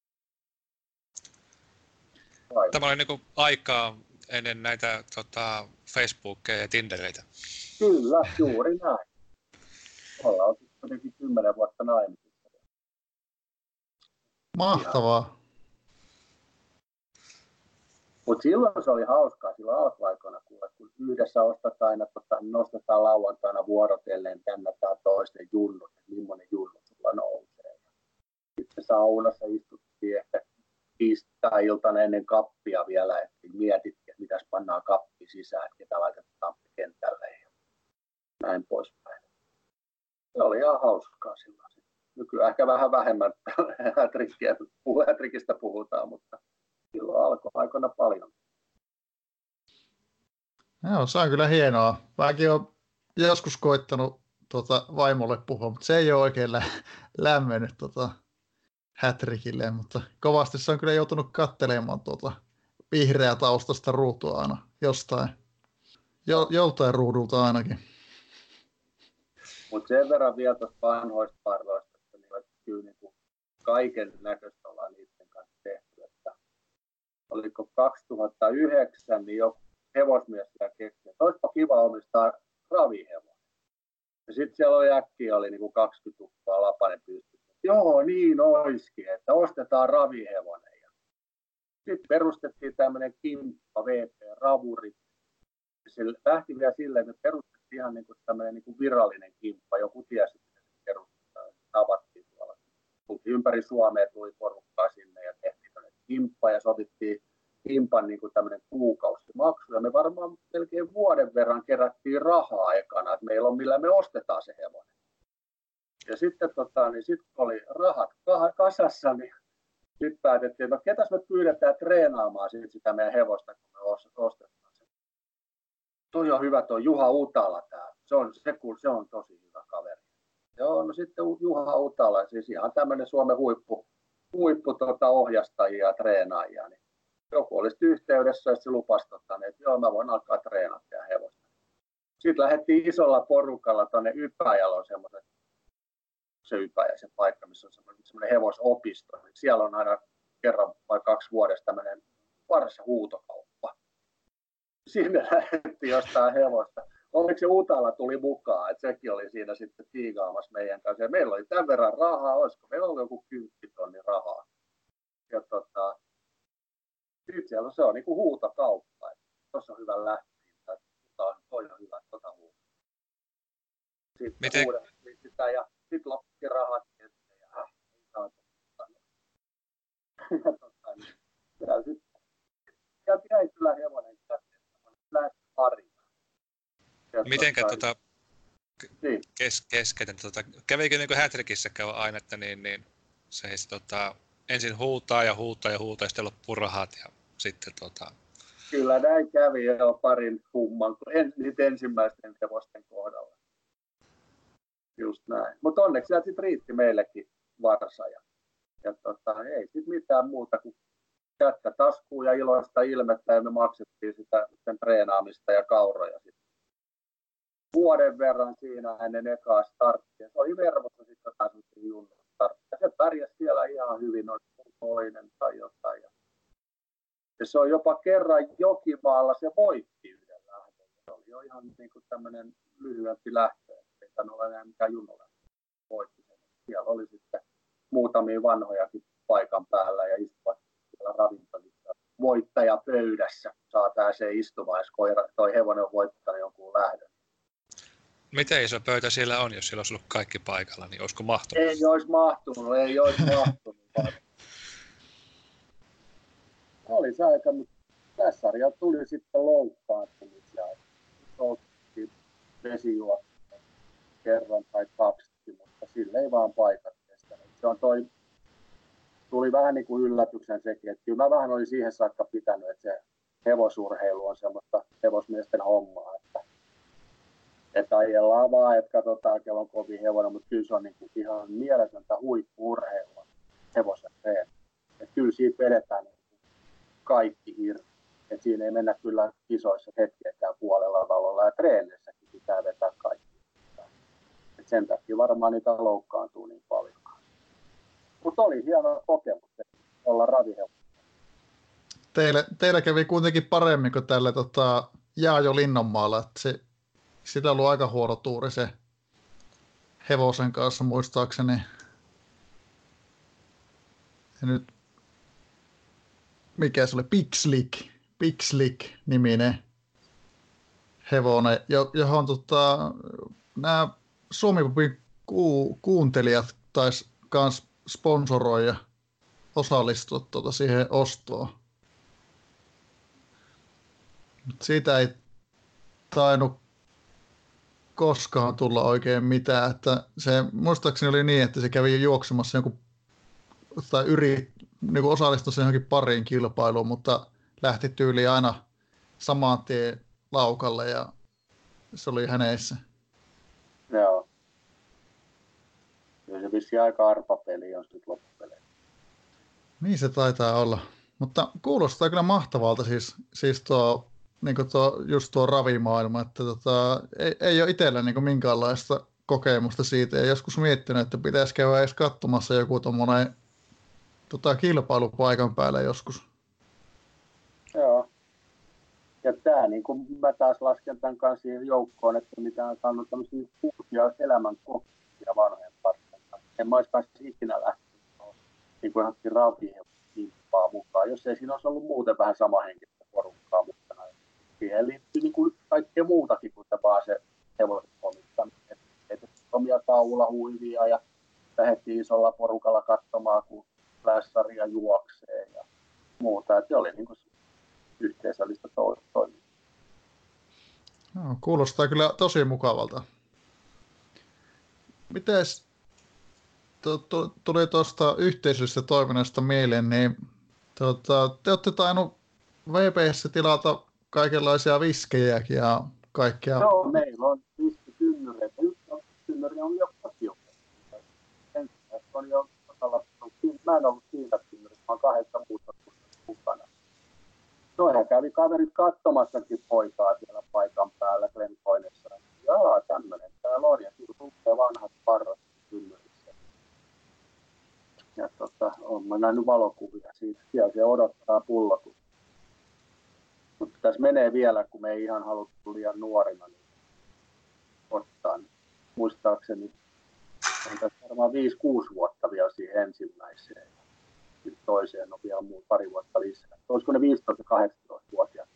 Tämä oli niinku aikaa ennen näitä Facebookia ja Tindereitä. Kyllä, juuri näin. Ollaan kuitenkin 10 vuotta naimisissa. Mahtavaa. Mutta silloin se oli hauskaa silloin alkuaikoina, kun yhdessä nostetaan lauantaina vuorotellen, tännätään toisten junnut, että millainen junnu sulla nousee. Sitten saunassa istuttiin ehkä tiistai-iltana ennen kappia vielä, että mietittiin, että mitäs pannaan kappi sisään, että ketä laitetaan kentälle ja näin poispäin. Se oli ihan hauskaa silloin. Nykyään ehkä vähän vähemmän hätrikistä puhutaan, mutta silloin alkoi aikoina paljon. Joo, se on kyllä hienoa. Mäkin olen joskus koittanut vaimolle puhua, mutta se ei ole oikein lämmennyt hätrikille, mutta kovasti se on kyllä joutunut katselemaan vihreää taustasta ruutua aina joltain ruudulta ainakin. Mutta sen verran vielä tuosta vanhoista parroista, että kyllä niin kaiken näköistä ollaan niiden kanssa tehty. Että oliko 2009, niin joku hevosmies siellä keksi, että olisipa kiva omistaa ravihevonen. Ja sitten siellä oli äkkiä niin 20 tukkaa lapanen pystyssä. Joo, niin olisikin, että ostetaan ravihevonen. Sitten perustettiin tämmöinen kimppa VP-ravuri. Se lähti vielä silleen, että me perustettiin ihan tämmöinen virallinen kimppa. Joku tiesi, että se perustetaan. Tavattiin tuolla. Tultiin ympäri Suomea, tuli porukkaa sinne ja tehtiin tämmöinen kimppa ja sovittiin kimpan tämmöinen kuukausimaksu. Ja me varmaan melkein vuoden verran kerättiin rahaa ekana, että meillä on millä me ostetaan se hevonen. Ja sitten sit kun oli rahat kasassa, niin sitten päätettiin, että ketäs me pyydetään treenaamaan sitä meidän hevosta, kun me ostetaan se. Toi on hyvä, tuo Juha Utala täällä. Se on tosi hyvä kaveri. Joo, no sitten Juha Utala, siis ihan tämmöinen Suomen huippu ohjastajia ja treenaajia. Niin joku olisi yhteydessä ja se lupasi, että joo, mä voin alkaa treenata teidän hevosta. Sitten lähdettiin isolla porukalla tuonne Ypäjällä, on se Ypäjä, se paikka, missä on semmoinen hevosopisto. Siellä on aina kerran vai 2 vuodessa tämmöinen varsa huutokauppa. Sinne lähdettiin jostain hevosta. Onneksi se Utala tuli mukaan, että sekin oli siinä sitten tiigaamassa meidän kanssa. Ja meillä oli tämän verran rahaa, olisiko meillä oli joku 10 000 rahaa. Ja sitten siellä se on niinku huutokauppa. Tuossa on hyvä lähtöhinta. Toi on hyvä, huuto. Sitten uudestaan sitä ja sitten loppukin rahat ja ei saatu. Ja sitten jäi kyllä hevonen käteen, lähes pari. Mitenkä keskeinen, kävikö niin kuin hätrikissä käy aina, että niin se ensin huutaa ja sitten loppuu rahat ja sitten Kyllä näin kävi jo parin humman nyt ensimmäisten hevosten kohdalla. Just näin. Mutta onneksi sieltä sitten riitti meillekin varsa. Ja ei sitten mitään muuta kuin kättä taskuun ja iloista ilmettä, ja me maksettiin sitä sen treenaamista ja kauroja sitten vuoden verran siinä ennen ekaa starttia. Se oli Vervossa sitten jotain junnon starttia. Se pärjäsi siellä ihan hyvin, noin toinen tai jotain. Ja se on jopa kerran Jokimaalla, se voitti yhden lähdön. Se oli jo ihan niin kuin tämmöinen lyhyempi lähtö, ei tainnut olla enää mikään junnolähtö. Voitti sen. Siellä oli sitten muutamia vanhojakin paikan päällä ja istuvat siellä ravintolissa voittajapöydässä. Saa pääsee istumaan, jos toi hevonen on voittanut jonkun lähdön. Miten iso pöytä siellä on, jos siellä olisi ollut kaikki paikalla, niin olisiko mahtunut? Ei olisi mahtunut. Oli se aika, mutta tässä sarjalla tuli sitten loukkaantumisia. Oltiin vesijuoksia kerran tai kaksi, mutta sille ei vaan paikat kestänyt. Se on tuli vähän niin kuin yllätyksen sekin, että kyllä mä vähän olin siihen saakka pitänyt, että se hevosurheilu on semmoista hevosmiesten hommaa, että ajellaan vaan, että katsotaan, kello on kovin hevonen, mutta kyllä se on niin kuin ihan mieletöntä huippu-urheilua hevosen treeni. Että kyllä siitä vedetään kaikki irti. Että siinä ei mennä kyllä kisoissa hetkeäkään puolella valolla ja treeneissäkin pitää vetää kaikki. Et sen takia varmaan niitä loukkaantuu niin paljon. Mutta oli hieno kokemus olla ravihevonen. Teillä kävi kuitenkin paremmin kuin tälle Jaajo Linnanmaalla. Sillä on ollut aika huono tuuri se hevosen kanssa muistaakseni. Ja nyt mikä se oli? Pixlick niminen hevonen, johon nämä Suomi-pupin kuuntelijat taisi kans sponsoroida ja osallistua siihen ostoon. Mut siitä ei tainnut koskaan tulla oikein mitään, että se muistaakseni oli niin, että se kävi juoksemassa jonkun tai niin osallistui sen johonkin pariin kilpailuun, mutta lähti tyyliin aina samaan tien laukalle ja se oli häneissä. Joo. Kyllä se vissiin aika arpapeli on sitten loppupeleillä. Niin se taitaa olla. Mutta kuulostaa kyllä mahtavalta siis just tuo ravimaailma, että ei ole itsellä niin minkäänlaista kokemusta siitä. Ja joskus miettinyt, että pitäisi käydä edes katsomassa joku tommoinen kilpailupaikan päällä joskus. Joo. Ja tämä, niin kuin mä taas lasken tämän kanssa siihen joukkoon, että mitä on saanut tämmöisiä uusia elämän kokemuksia vanhojen parten. En mä olisi kanssa ikinä lähtenyt niin kuin johonkin ravihevoskimpaa mukaan, jos ei siinä olisi ollut muuten vähän samahenkistä porukkaa mukana. Siihen liittyy niin kuin kaikkea muutakin kuin vaan se hevosen omistaminen. Että omia taulahuivia ja lähdettiin isolla porukalla katsomaan, kun lässaria juoksee ja muuta. Että oli niin kuin yhteisöllistä toimintaa. No, kuulostaa kyllä tosi mukavalta. Mites tuli tuosta yhteisöllisestä toiminnasta mieleen, niin te olette tainnut VP:ssä tilata kaikenlaisia viskejäkin ja kaikkea. Joo, meillä on viskitynnyreitä. Yksi tynnyri on jo kotiopettu. Ensimmäiset on jo mä en ollut siitä tynnyrissä, vaan 8 muuta mukana. Noihän kävi kaverit katsomassakin poikaa siellä paikan päällä Glenpointissa. Jaa, tämmöinen täällä on. Ja kyllä lukee vanhat parrat tynnyrissä. Ja olen mä nähnyt valokuvia siitä. Siellä se odottaa pullotus. Mutta tässä menee vielä, kun me ei ihan haluttu liian nuorina niin ottaa. Niin muistaakseni on tässä varmaan 5-6 vuotta vielä siihen ensimmäiseen. Nyt toiseen on vielä pari vuotta lisää. Olisiko ne 15-18-vuotiaat?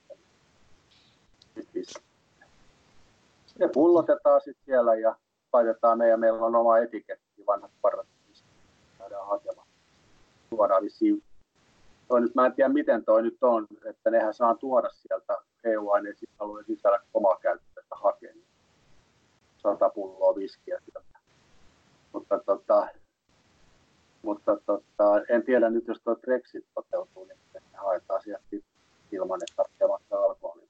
Ne pullotetaan sitten siellä ja laitetaan meillä on oma etiketti, vanhat parrat, mistä käydään hakemaan. Tuodaan vissiin. Nyt mä en tiedä, miten toi nyt on, että nehän saa tuoda sieltä EU-aineen alueen sisällä omaa käyttöistä hakea. 100 pulloa viskiä sieltä. Mutta en tiedä nyt, jos tuo Brexit toteutuu, niin haetaan sieltä ilman, että tarvitsee maksaa alkoholia.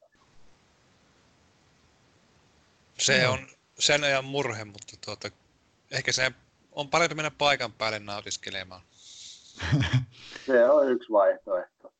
Se on sen ajan murhe, mutta ehkä se on parempi mennä paikan päälle nautiskelemaan. Se on yksi vaihtoehto.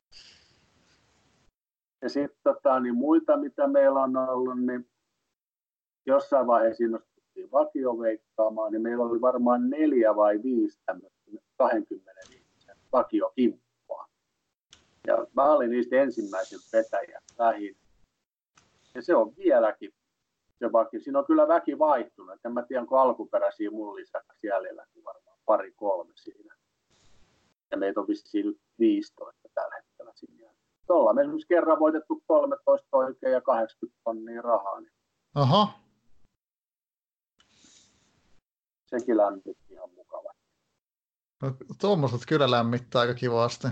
Ja sitten niin muita, mitä meillä on ollut, niin jossain vaiheessa innostuttiin vakioveikkaamaan, niin meillä oli varmaan 4 vai 5 tämmöistä 20 ihmisen vakiokimppua. Ja mä olin niistä ensimmäiset vetäjät lähin. Ja se on vieläkin se vaki. Siinä on kyllä väki vaihtunut. En mä tiedä, onko alkuperäisiä mun lisäksi jäljelläkin varmaan 2-3 siinä. Ja meitä on vissiin nyt 15 tällä hetkellä siinä. Ollaan me esimerkiksi kerran voitettu 13 oikein ja 80 tonnia rahaa. Niin Aha. sekin lämmitti ihan mukava. No, tuommoiset kyllä lämmittää aika kivasti.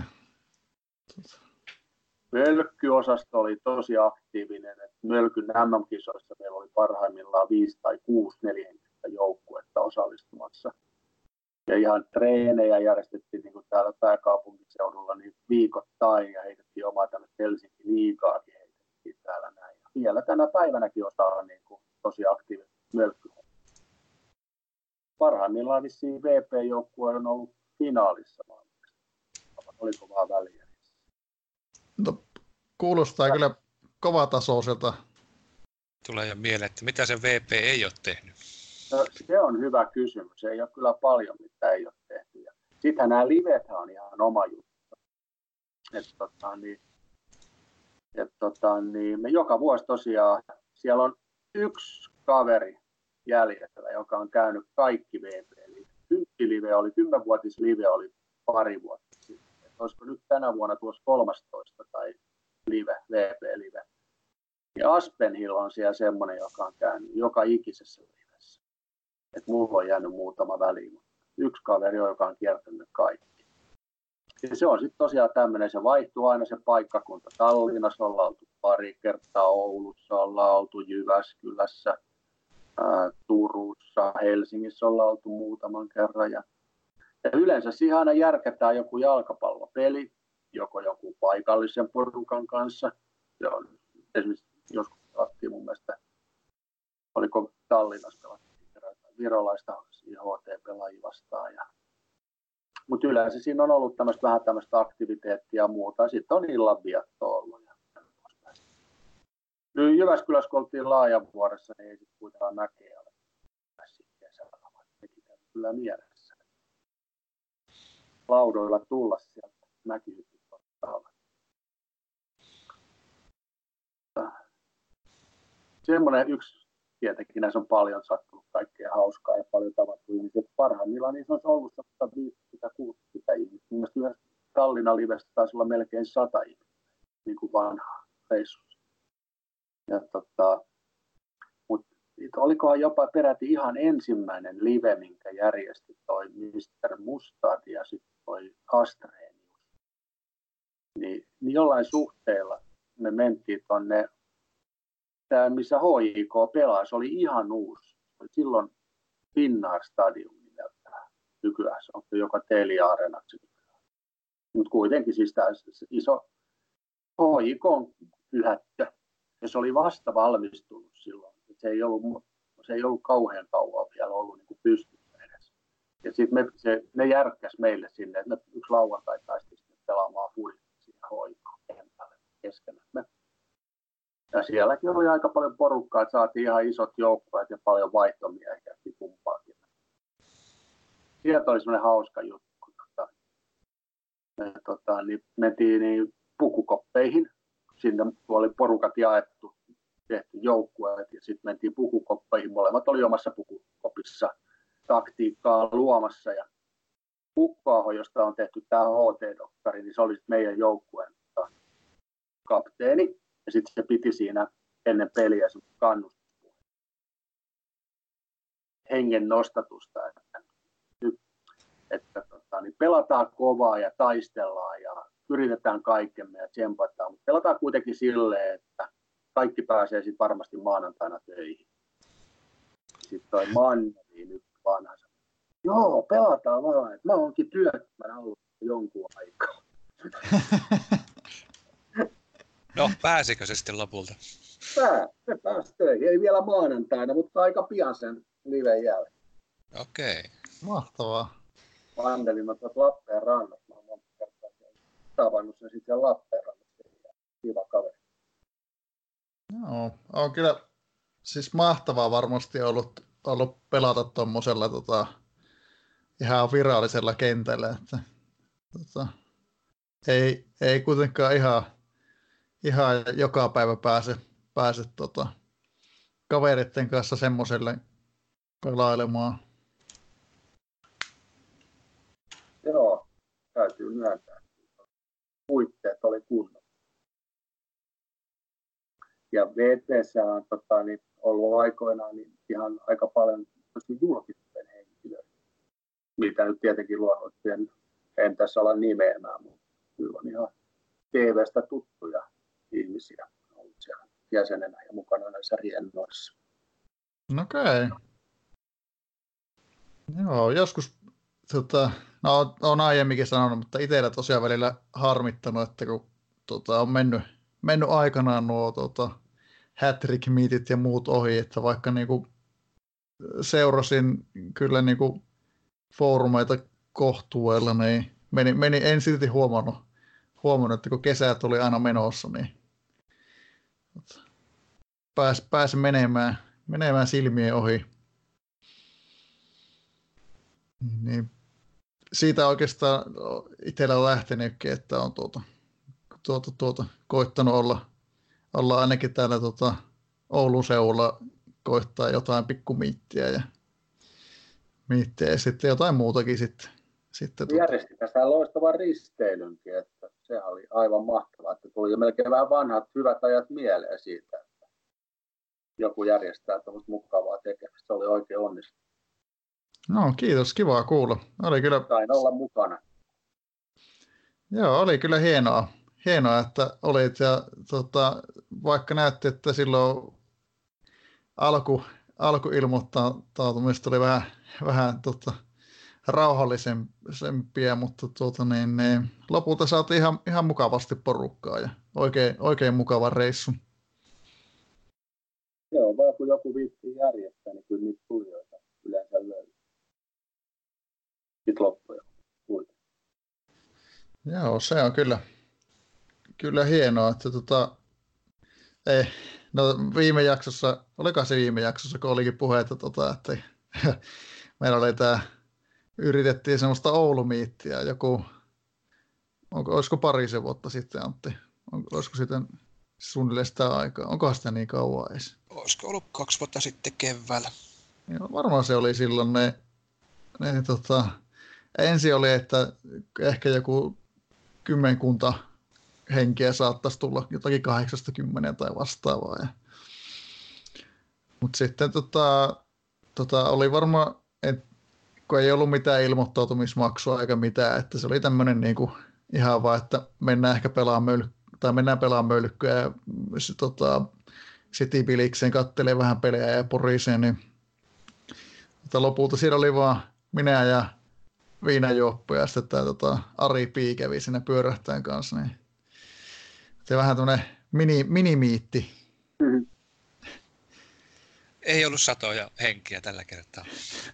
Mölkkyosasto oli tosi aktiivinen. Mölkyn MM-kisoissa meillä oli parhaimmillaan 5 tai 6 4-henkistä joukkuetta osallistumassa. Ja ihan treenejä järjestettiin niin kuin täällä pääkaupunkiseudulla niin viikoittain ja heitettiin omaa tämmöistä Helsinki-liigaakin heitettiin täällä näin. Ja vielä tänä päivänäkin osaa niin kuin tosi aktiivisesti mölkky. Parhaimmillaan vissiin VP-joukkue on ollut finaalissa. Oliko vaan väliä? No, kuulostaa kyllä kovatasoiselta. Tulee jo mieleen, että mitä se VP ei ole tehnyt. No, se on hyvä kysymys. Ei ole kyllä paljon, mitä ei ole tehty. Sittenhän nämä livethän on ihan oma juttu. Me joka vuosi tosiaan, siellä on yksi kaveri jäljellä, joka on käynyt kaikki VP-live. 10-vuotislive oli pari vuotta sitten. Olisiko nyt tänä vuonna tuossa 13 tai VP-live. Ja Aspenhill on siellä semmoinen, joka on käynyt joka ikisessä livessä. Et mulla on jäänyt muutama väliin, mutta yksi kaveri on, joka on kiertänyt kaikki. Ja se on sitten tosiaan tämmöinen, se vaihtuu aina se paikkakunta. Tallinnassa ollaan oltu pari kertaa, Oulussa ollaan oltu, Jyväskylässä, Turussa, Helsingissä ollaan oltu muutaman kerran. Ja yleensä siihen aina järkätään joku jalkapallopeli, joko joku paikallisen porukan kanssa. Se on esimerkiksi joskus pelattiin mun mielestä, oliko Tallinnassa pelattiin virolaista IHT-pelaajia vastaan. Mutta yleensä siinä on ollut vähän tämmöistä aktiviteettia ja muuta. Sitten on illanviettoa ollut. Jyväskylässä kun oltiin Laajanvuoressa, niin ei sitten kuitenkaan mäkeä ole kesällä, vaan sekin käy kyllä mielessä. Laudoilla tulla sieltä mäkihypyt ottaa. Semmoinen yksi, tietenkin näissä on paljon sattunut kaikkea hauskaa ja paljon tavattu ihmisiä. Parhaimmillaan niin se olisi ollut 150-60 ihmistä. Mielestäni Tallinnan livestä taisi olla melkein 100 ihmistä, niin kuin vanhaa reissussa. Mutta olikohan jopa peräti ihan ensimmäinen live, minkä järjesti toi Mr. Mustard ja sitten toi Astrenius. Niin jollain suhteella me mentiin tonne, missä HJK pelasi, oli ihan uusi. Silloin Finnair Stadium nimeltään. Nykyään se on joka Telia-areenaksi. Mutta kuitenkin siis tämä iso HJK on pyhättö. Ja se oli vasta valmistunut silloin. Se ei ollut kauhean kauan vielä ollut niin kuin pystyssä edes. Ja sitten ne järkkäsi meille sinne, että yksi lauantai päästiin pelaamaan fudista siinä HJK-kentälle keskenään. Ja sielläkin oli aika paljon porukkaa, että saatiin ihan isot joukkueet ja paljon vaihtomiehiä kumpaakin. Sieltä oli semmoinen hauska juttu, kun niin mentiin pukukoppeihin. Sinne oli porukat jaettu, tehty joukkueet ja sitten mentiin pukukoppeihin. Molemmat oli omassa pukukopissa taktiikkaa luomassa. Ja Ukko-aho, josta on tehty tämä HT-dokkari, niin se oli meidän joukkueen kapteeni. Ja sitten se piti siinä ennen peliä kannustuspuheen hengen nostatusta, että niin pelataan kovaa ja taistellaan ja yritetään kaikkemme ja tsempataan, mutta pelataan kuitenkin silleen, että kaikki pääsee sitten varmasti maanantaina töihin. Sitten toi Manneri nyt vanha sanoi, joo, pelataan vaan, että mä oonkin työttömänä ollut jonkun aikaa. No, pääsikö se sitten lopulta? Se pääsi töihin. Ei vielä maanantaina, mutta aika pian sen liven jälkeen. Okei. Mahtavaa. Vandelimme tuolta Lappeenrannasta. Mä oon monta kertaa tavannut sen sitten Lappeenrannasta. Kiva kaveri. Joo, on kyllä siis mahtavaa varmasti ollut pelata tuommoisella ihan virallisella kentällä. Että, ei kuitenkaan ihan joka päivä pääse kavereiden kanssa semmoiselle pelailemaan. Joo, täytyy myöntää. Puitteet oli kunnossa. Ja VT:ssä on ollut aikoinaan niin ihan aika paljon julkisten henkilöitä, mitä nyt tietenkin luonnollisesti en tässä ala nimeämään, mutta kyllä on ihan TV:stä tuttuja ihmisiä ollut siellä jäsenenä ja mukana näissä riennoissa. Okei. Joo, joskus, no olen aiemminkin sanonut, mutta itsellä tosiaan välillä harmittanut, että kun on mennyt aikanaan nuo hat-trick-miitit ja muut ohi, että vaikka niinku seurasin kyllä niinku foorumeita kohtuudella, niin en silti huomannut, että kun kesät oli aina menossa, niin pääsi menemään silmien ohi. Niin siitä oikeastaan itsellä on lähtenytkin, että on koittanut olla ainakin täällä Oulun seudulla koittaa jotain pikkumiittiä ja sitten jotain muutakin sitten. Järjesti tässä loistavan risteilynkin, että se oli aivan mahtavaa, että tuli melkein vähän vanhat hyvät ajat mieleen siitä, että joku järjestää tämmöistä mukavaa tekemistä. Se oli oikein onnistunut. No kiitos, kivaa kuulla. Oli kyllä... Sain olla mukana. Joo, oli kyllä hienoa, että olit ja vaikka näytti, että silloin alkuilmoittautumista oli vähän rauhallisempia, mutta niin, lopulta saatiin ihan mukavasti porukkaa ja oikein mukava reissu. Joo, vaan kun joku viittii järjestää, niin kyllä niitä tulijoita yleensä löytyy. Sitten loppuja. Joo, se on kyllä hienoa, että no viime jaksossa, olikohan se viime jaksossa, kun olikin puhetta, että meillä oli yritettiin semmoista Oulumiittiä olisiko parisen vuotta sitten, Antti? Olisiko sitten suunnilleen sitä aikaa? Onkohan sitä niin kauan edes? Olisiko ollut 2 vuotta sitten keväällä? Joo, varmaan se oli silloin ensin oli, että ehkä joku 10 henkeä saattaisi tulla jotakin 80 tai vastaavaa. Mutta sitten oli varmaan, kun ei ollut mitään ilmoittautumismaksua eikä mitään, että se oli tämmöinen niinku ihan vaan, että mennään ehkä pelaamaan möylykkyä ja Citybilikseen kattelee vähän pelejä ja poriseen, niin lopulta siellä oli vaan minä ja viinajuoppo ja sitten tämä Ari Pii kävi siinä pyörähtäjän kanssa, niin se vähän tämmöinen minimiitti. Mm-hmm. Ei ollut satoja henkiä tällä kertaa.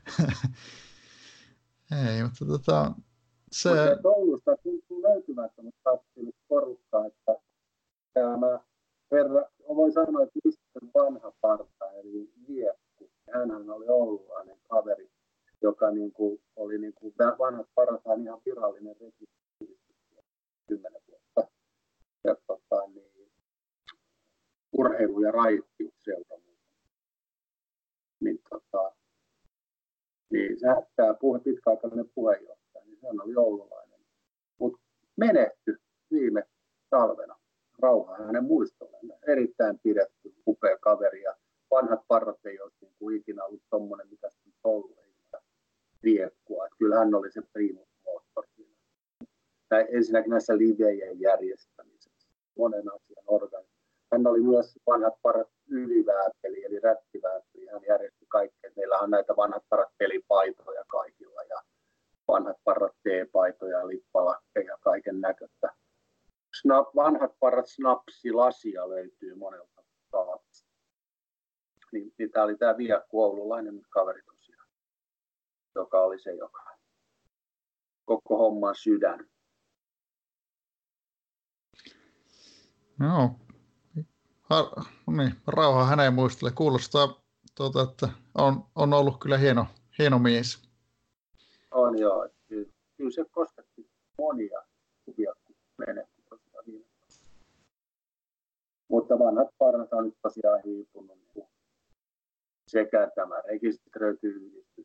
Ei, mutta se... Mutta Oulusta tuntuu löytymättä, mutta katsottiin porukkaa, että tämä voi sanoa, että mistä vanha parta, eli Viekku. Hänhän oli oululainen kaveri, joka oli vanhat parathan ihan virallinen rekisteri 10 vuotta. Ja urheilu- ja raittiusseura. Niin tämä pitkäaikainen puheenjohtaja, niin hän oli oululainen, mutta menehtyi viime talvena. Rauha hänen muistolleen. Erittäin pidetty, upea kaveri ja vanhat parrat ei olisi ikinä ollut tommoinen, mitä se on ollut, ei Viekkua. Kyllä hän oli se primusmoottori. Ensinnäkin näissä livejen järjestämisessä, monen asian organisaatio. Hän oli myös vanhat parat ylivääpeli, eli rättivääpeli. Hän järjesti kaikkea. Meillä on näitä vanhat parat pelipaitoja kaikilla ja vanhat parat teepaitoja, lippalakkeja ja kaiken näköistä vanhat parrat snapsilasia löytyy monelta kaapista. Niin tämä oli tämä Viakku oululainen kaveri tosiaan, joka oli se, joka koko homman sydän. No, niin, rauha hänen muistelle. Kuulostaa, että on ollut kyllä hieno mies. On joo. Kyllä se kosketti monia kuvia, kun menehtyi tosiaan viime. Mutta vanhat parrat on nyt tosiaan hiipunut. Niin sekä tämä rekisteröity yhdistys,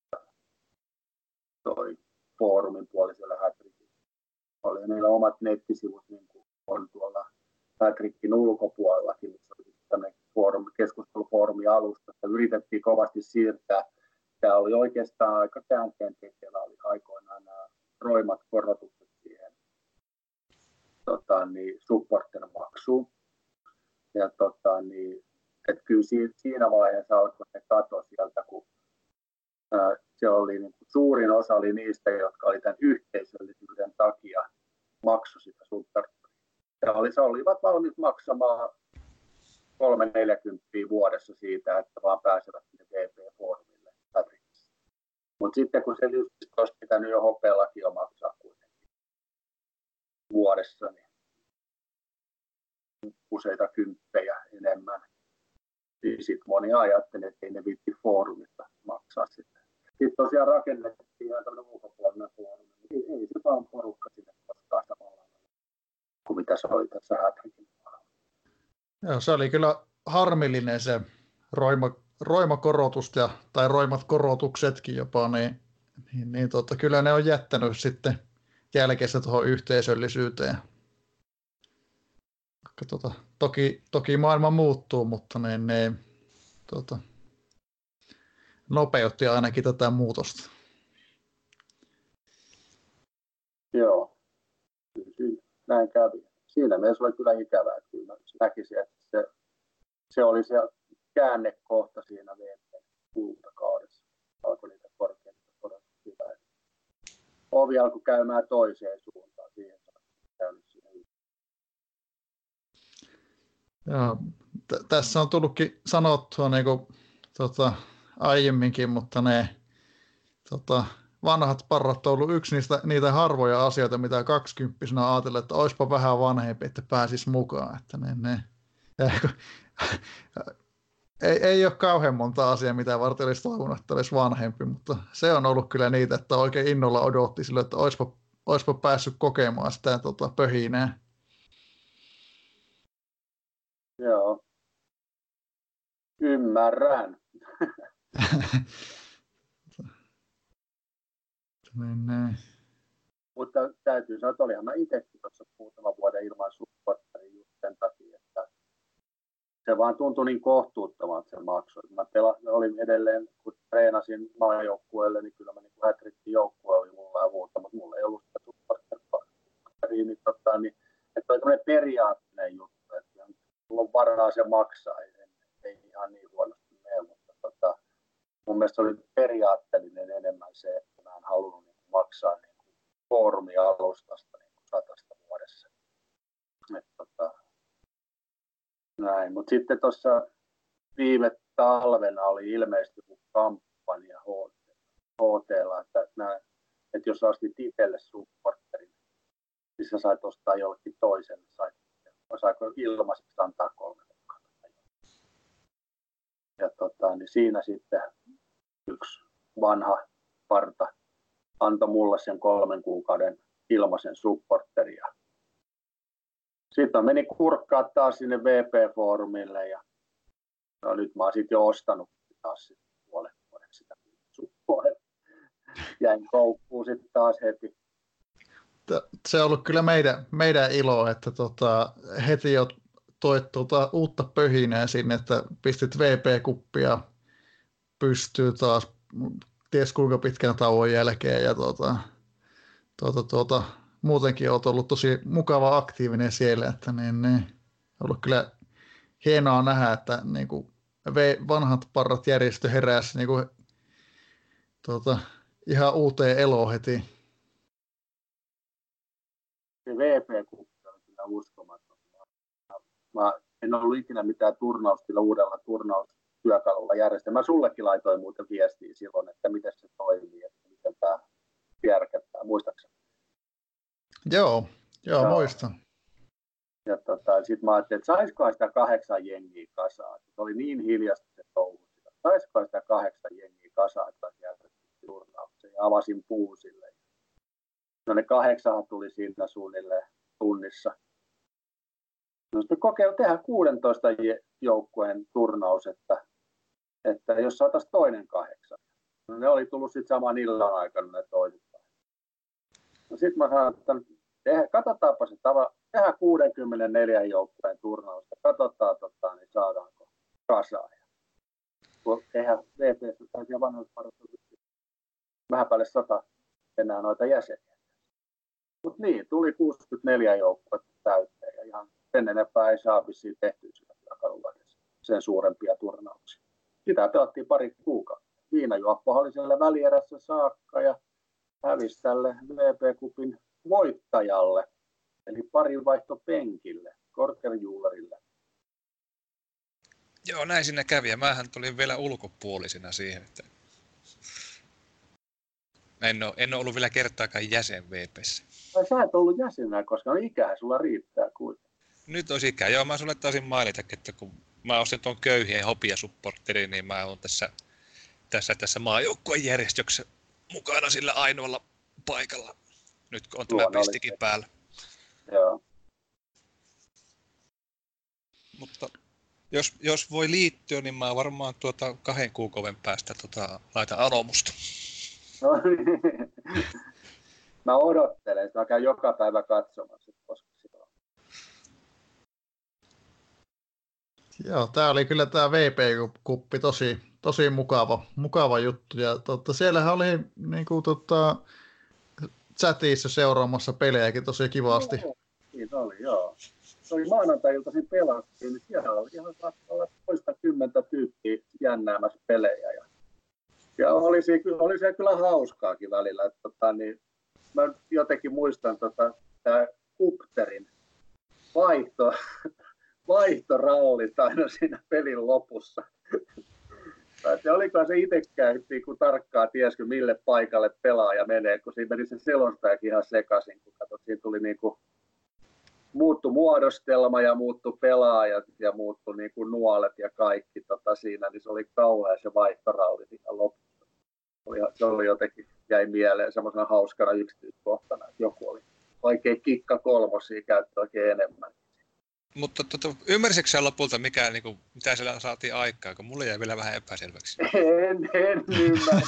toi foorumin puolisella Hätrikillä. Oli niillä omat nettisivut, niin kuin on tuolla Hätrikin ulkopuolellakin, missä oli tämmöinen keskustelufoorumi alusta. Yritettiin kovasti siirtää. Tämä oli oikeastaan aika käänteentekevä, oli aikoinaan nämä roimat korotukset siihen supporter-maksuun. Ja että kyllä siinä vaiheessa alkoi ne kato sieltä, kun se oli niin kuin, suurin osa oli niistä, jotka oli tämän yhteisöllisyyden takia maksu sitä supporteria. Ja olivat valmiit maksamaan 340 vuodessa siitä, että vaan pääsevät sinne VP-foorumille. Mutta sitten kun se olisi pitänyt jo hopeallakin jo maksaa kuitenkin vuodessa, niin useita kymppejä enemmän. Niin sitten moni ajatteli, että ei ne viitti foorumista maksaa sitä. Sitten tosiaan rakennettiin ihan tämmöinen ulkopuolinen foorumi. Ei se vaan porukka sinne koskaan samalla kuin mitä se oli tässä Hätrikin. Joo, se oli kyllä harmillinen se roimakorotus tai roimat korotuksetkin jopa, niin kyllä ne on jättänyt sitten jälkeensä tuohon yhteisöllisyyteen. Toki maailma muuttuu, mutta ne nopeutti ainakin tätä muutosta. Joo, näin kävi. Siinä mielessä oli kyllä ikävää, että kyllä näkisin, että se oli se käännekohta siinä VP-kultakaudessa. Alkoi niitä korkeita korotuksia. Ovi alkoi käymään toiseen suuntaan. Siihen Joo, tässä on tullutkin sanottua niin kuin, aiemminkin, mutta ne vanhat parrat on ollut yksi niitä harvoja asioita, mitä 20-vuotiaana ajatellen, että olisipa vähän vanhempi, että pääsisi mukaan. Että ei ole kauhean monta asiaa, mitä varten olisi toivonut, että olisi vanhempi, mutta se on ollut kyllä niitä, että oikein innolla odotti sille, että olisipa päässyt kokemaan sitä pöhinää. Joo, ymmärrän. Mutta täytyy sanoa, että olihan mä itsekin tuossa muutama vuoden ilman supporteria just sen takia, että se vaan tuntui niin kohtuuttomalta se maksu. Mä olin edelleen, kun treenasin maajoukkueelle, niin kyllä mä niin Hätrikin joukkue oli mulla ja muuta, mutta mulla ei ollut sitä supporteria, niin että oli tämmöinen periaatteinen juttu, että mulla on varaa se maksaa, ei ihan niin huonosti mene, mutta mun mielestä oli periaatteellinen enemmän se, että mä en halunnut niin maksaa niin foorumialustasta niin 100 vuodessa. Näin, mutta sitten tuossa viime talvena oli ilmeisesti kampanja HT:lla, että jos ostit itselle supporterin, niin sä sait ostaa jollekin toiselle. Saiko ilmaiseksi antaa 3 kuukautta. Ja niin siinä sitten yksi vanha parta antoi mulle sen 3 kuukauden ilmaisen supporteria. Sitten meni kurkkaa taas sinne VP-foorumille ja nyt mä oon sitten jo ostanut taas puolen vuodeksi sitä supporteria. Jäin koukkuun sitten taas heti. Se on ollut kyllä meidän ilo, että heti jo toit uutta pöhinää sinne, että pistit VP-kuppia pystyy taas ties kuinka pitkän tauon jälkeen ja muutenkin olet ollut tosi mukava aktiivinen siellä, että on ollut kyllä hienoa nähdä, että niin kuin vanhat parrat järjestö heräsi niin kuin, ihan uuteen eloon heti. Se VP-kuppi on kyllä uskomaton. Mä en ollut ikinä mitään turnausta uudella turnaustyökalulla järjestä. Mä sullekin laitoin muuten viestiä silloin, että miten se toimii, että miten tämä järkättää. Muistaakseni? Joo, muistan. Ja sitten mä ajattelin, että saisikohan sitä 8 jengiä kasaan. Se oli niin hiljasta se touhu. Saisikohan sitä 8 jengiä kasaan, että järjestettiin turnauksen. Ja avasin puusille. No ne 8 tuli siinä suunnilleen tunnissa. No sitten kokeiltiin tehdä 16 joukkueen turnaus, että jos saataisiin toinen 8. No ne oli tullut sitten saman illan aikana ne toiset. No sitten mä sanoin, että katsotaanpa se tehdä 64 joukkueen turnausta. Katsotaan, niin saadaanko kasaan. Kun eihän VP:ssä taisi vanhoisparissa vähän päälle 100 enää noita jäseniä. Mutta niin, tuli 64 joukkuetta täyteen ja ihan sen enempää ei saa vissiin tehtyä sillä työkalulla sen suurempia turnauksia. Sitä pelattiin pari kuukautta. Viinajuoppohan oli siellä välierässä saakka ja hävisi tälle VP-kupin voittajalle, eli pari vaihto penkille, Korkerjuulerille. Joo, näin siinä kävi ja mähän tulin vielä ulkopuolisena siihen, että en ole ollut vielä kertaakaan jäsen VP:ssä. Ai sä et ollut jäsenä, koska ikää sulla riittää kuitenkin. Nyt olisi ikää. Joo, mä sulle taisin mainita, että kun mä ostin tuon köyhien hopiasupportterin, niin mä oon tässä maajoukkueen järjestyksessä mukana sillä ainoalla paikalla. Nyt kun on tämä pistikin päällä. Joo. Mutta jos voi liittyä, niin mä varmaan 2 kuukauden päästä laitan anomusta. No, mä odottelen, että mä käyn joka päivä katsomassa, koska sitä on. Joo, tää oli kyllä tää VP-kuppi tosi mukava juttu. Ja siellähän oli niinku chatissa seuraamassa pelejäkin tosi kivasti. Joo, niin oli, joo. Se oli maanantai-iltaisin pelattiin, niin siellä oli ihan saattaa toista 10 tyyppiä jännäämässä pelejä. Ja oli se kyllä hauskaakin välillä. Niin, mä jotenkin muistan tämä Kupterin vaihtorallit aina siinä pelin lopussa. Ja olikohan se itsekään kun tarkkaan tieskö mille paikalle pelaaja menee, kun siinä meni se selostajakin ihan sekaisin, kun katsot, siinä tuli muuttu muodostelma ja muuttu pelaajat ja muuttu nuolet ja kaikki siinä, niin se oli kauhean se vaihtoralli ihan lopussa. Se oli jotenkin, jäi mieleen semmoisena hauskana yksityiskohtana, että joku oli oikein kikka kolmosia käyttää oikein enemmän. Mutta ymmärsitkö sä lopulta, mitä siellä saatiin aikaa, kun mulle jäi vielä vähän epäselväksi? En ymmärrä.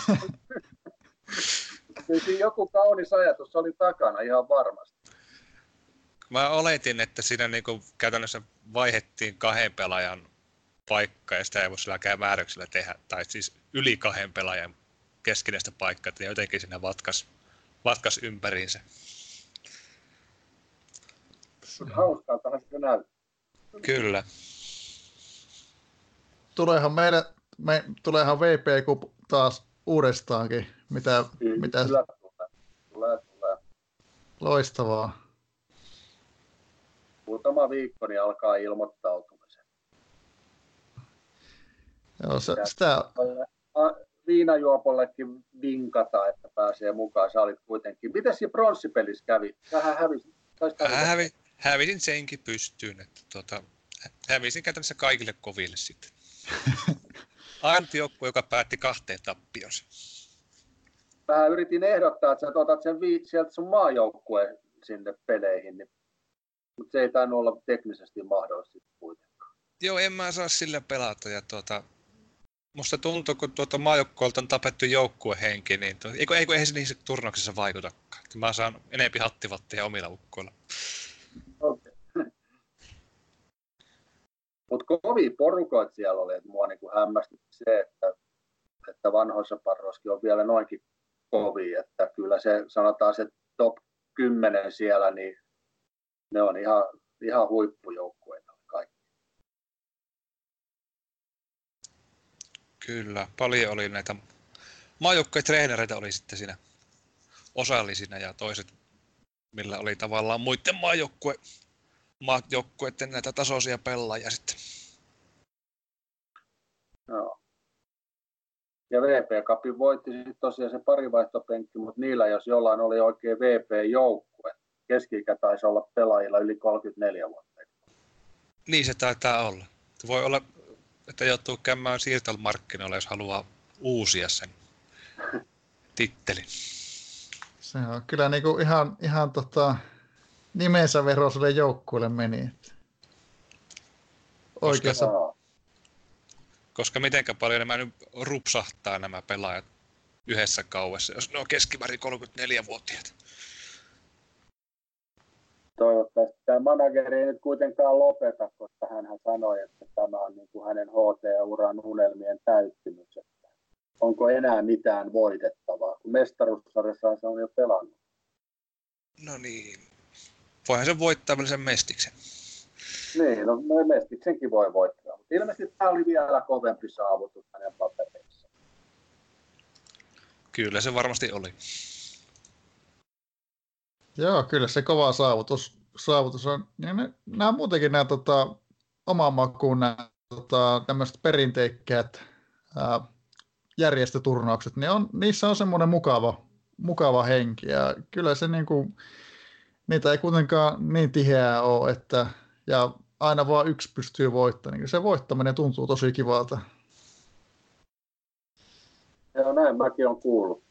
Joku kaunis ajatus oli takana ihan varmasti. Mä oletin, että siinä käytännössä vaihdettiin 2 pelaajan paikkaa ja sitä ei voi silläkään määräyksellä tehdä, tai siis yli 2 pelaajan keskinäistä paikkaa, ja jotenkin siinä vatkas ympäriinsä. Hauskaltahan se näyttää. Kyllä. Tuleehan VP Cup taas uudestaankin. Mitä? Tulee. Loistavaa. Muutama viikko, niin alkaa ilmoittautumisen. Joo, sitä... Viinajuopollekin vinkata, että pääsee mukaan. Sä olit kuitenkin. Miten siinä pronssipelissä kävi? Sähän hävisit. Hävisin senkin pystyyn. Että hävisin käytännössä kaikille koville sitten. Ainut joukkue, joka päätti 2 tappionsa. Mä yritin ehdottaa, että sä otat sen sieltä sun maajoukkueen sinne peleihin, mutta se ei tainnut olla teknisesti mahdollista kuitenkaan. Joo, en mä saa sillä pelata. Ja musta tuntuu, kun maajoukkueelta on tapettu joukkuehenki, niin ei se niissä turnauksissa vaikutakaan. Mä saan enempi hattivatteja omilla ukkoilla. Okay. Mutta kovia porukoita siellä oli, että mua hämmästytti se, että vanhoissa parroissakin on vielä noinkin kovia, että kyllä se sanotaan se top 10 siellä, niin ne on ihan huippujoukkueita kaikki. Kyllä, paljon oli näitä maajoukkueen treenereitä oli sitten siinä osallisina ja toiset, millä oli tavallaan muiden maajoukkueen maat joukkueiden näitä tasoisia pelaajia sitten. Joo. Ja VP Cupin voitti sitten tosiaan se parivaihtopenkki, mutta niillä jos jollain oli oikein VP-joukkue. Keski-ikä taisi olla pelaajilla yli 34 vuotta. Niin se taitaa olla. Voi olla, että joutuu käymään siirtomarkkinoilla, jos haluaa uusia sen tittelin. Se on kyllä niinku ihan nimensä veroiselle joukkueelle meni. Oikeassa. Koska mitenkä paljon nämä nyt rupsahtaa nämä pelaajat yhdessä kauessa, jos ne on keskimäärin 34-vuotiaat. Toivottavasti tämä manageri ei nyt kuitenkaan lopeta, koska hän sanoi, että tämä on niin kuin hänen HT-uran unelmien täyttymys. Onko enää mitään voitettavaa, kun mestaruussarjassa se on jo pelannut? No niin, voihan se voittaa vielä sen mestiksen. Niin, no mestiksenkin voi voittaa, mutta ilmeisesti tämä oli vielä kovempi saavutus hänen papereissaan. Kyllä se varmasti oli. Joo, kyllä se kova saavutus on. Ja nämä muutenkin nämä oman makuun nämä tämmöiset perinteikkäät järjestöturnaukset, niin niissä on semmoinen mukava henki. Ja kyllä se niitä ei kuitenkaan niin tiheää ole, että ja aina vaan yksi pystyy voittamaan. Niin se voittaminen tuntuu tosi kivalta. Joo, näin mäkin olen kuullut.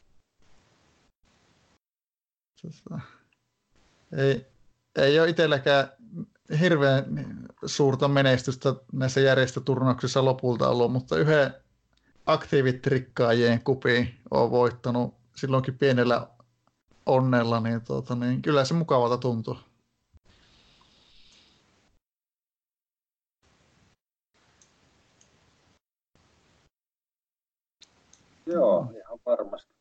Ei ole itselläkään hirveän suurta menestystä näissä järjestöturnauksissa lopulta ollut, mutta yhden aktiivitrikkaajien kupin olen voittanut silloinkin pienellä onnella, niin kyllä se mukavalta tuntuu. Joo, ihan varmasti.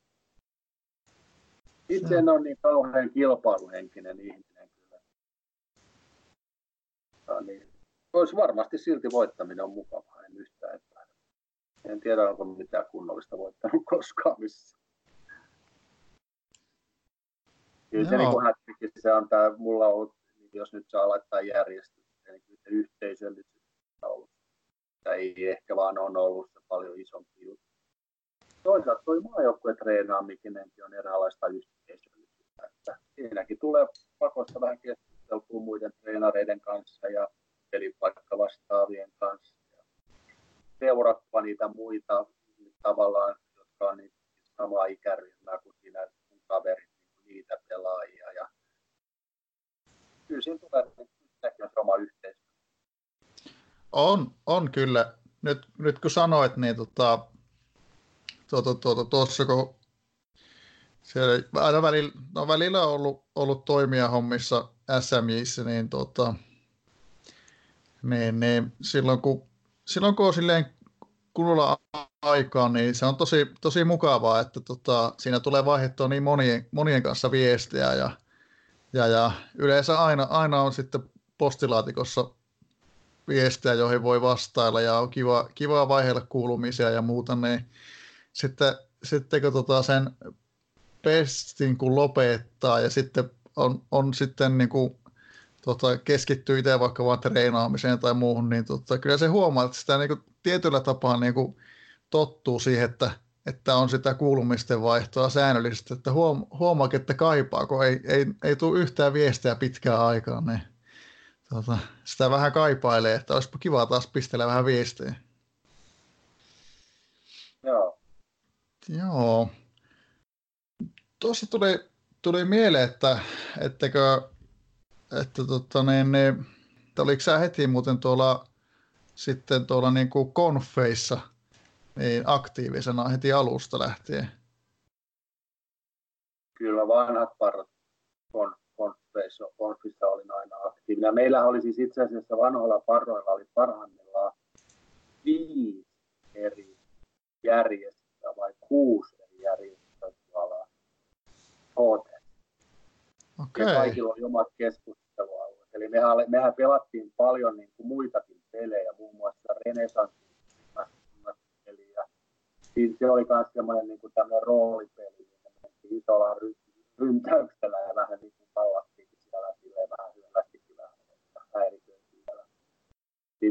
Itse en ole niin kauhean kilpailuhenkinen ihminen kyllä. Niin, olisi varmasti silti voittaminen on mukavaa, en yhtään epäile. En tiedä, onko mitään kunnollista voittanut koskaan missä. Kyllä se niin hättikin, se on tämä, mulla on ollut, jos nyt saa laittaa järjestystä, niin kyllä se yhteisöllisyys on ollut. Tai ei ehkä vaan on ollut se paljon isompi juttu. Toisaalta tuo maajoukkueen treenaaminenkin on eräänlaista yhteisöllisyyttä. Että siinäkin tulee pakosta vähän keskusteltua muiden treenareiden kanssa ja pelipaikka vastaavien kanssa. Ja seurattua niitä muita tavallaan, jotka on niitä samaa ikäryhmää kuin siinä sun kaverit, niitä pelaajia. Ja kyllä siinä tulee yhtäkkiä sama yhteisö. On kyllä. Nyt kun sanoit, niin tuossa kun siellä aina välillä on ollut toimia hommissa SMJissä, niin silloin kun on silleen kululla aikaa, niin se on tosi mukavaa, että siinä tulee vaihdettua niin monien kanssa viestiä ja yleensä aina on sitten postilaatikossa viestejä, joihin voi vastailla ja on kiva vaiheella kuulumisia ja muuta, niin sitten kun sen pestin kun lopettaa ja sitten on sitten niin kuin, keskittyy itse vaikka vaan treenaamiseen tai muuhun, niin kyllä se huomaa, että sitä niin kuin, tietyllä tapaa niin kuin, tottuu siihen, että on sitä kuulumisten vaihtoa säännöllisesti, että huomaakin, että kaipaa, kun ei tule yhtään viestiä pitkään aikaan, niin sitä vähän kaipailee, että olisipa kiva taas pistellä vähän viestejä. Joo. Tuossa tuli mieleen, että oliko sä heti muuten tuolla niin kuin konfeissa niin aktiivisena heti alusta lähtien? Kyllä vanhat parrat konfissa olin aina aktiivinen. Meillä oli siis itse asiassa vanhoilla parroilla oli parhaimmillaan 5 eri järjestöä vai 6 eri järjestöä tuolla HT. Okay. Ja kaikilla oli omat keskustelualueet. Eli mehän pelattiin paljon niin kuin muitakin pelejä, muun muassa Renesanssin peliä. Se oli myös semmoinen niin kuin tämmöinen roolipeli, niin me mentiin isolla ryntäyksellä ja vähän niin kuin pallattiin siellä silleen vähän hyvästikin vähän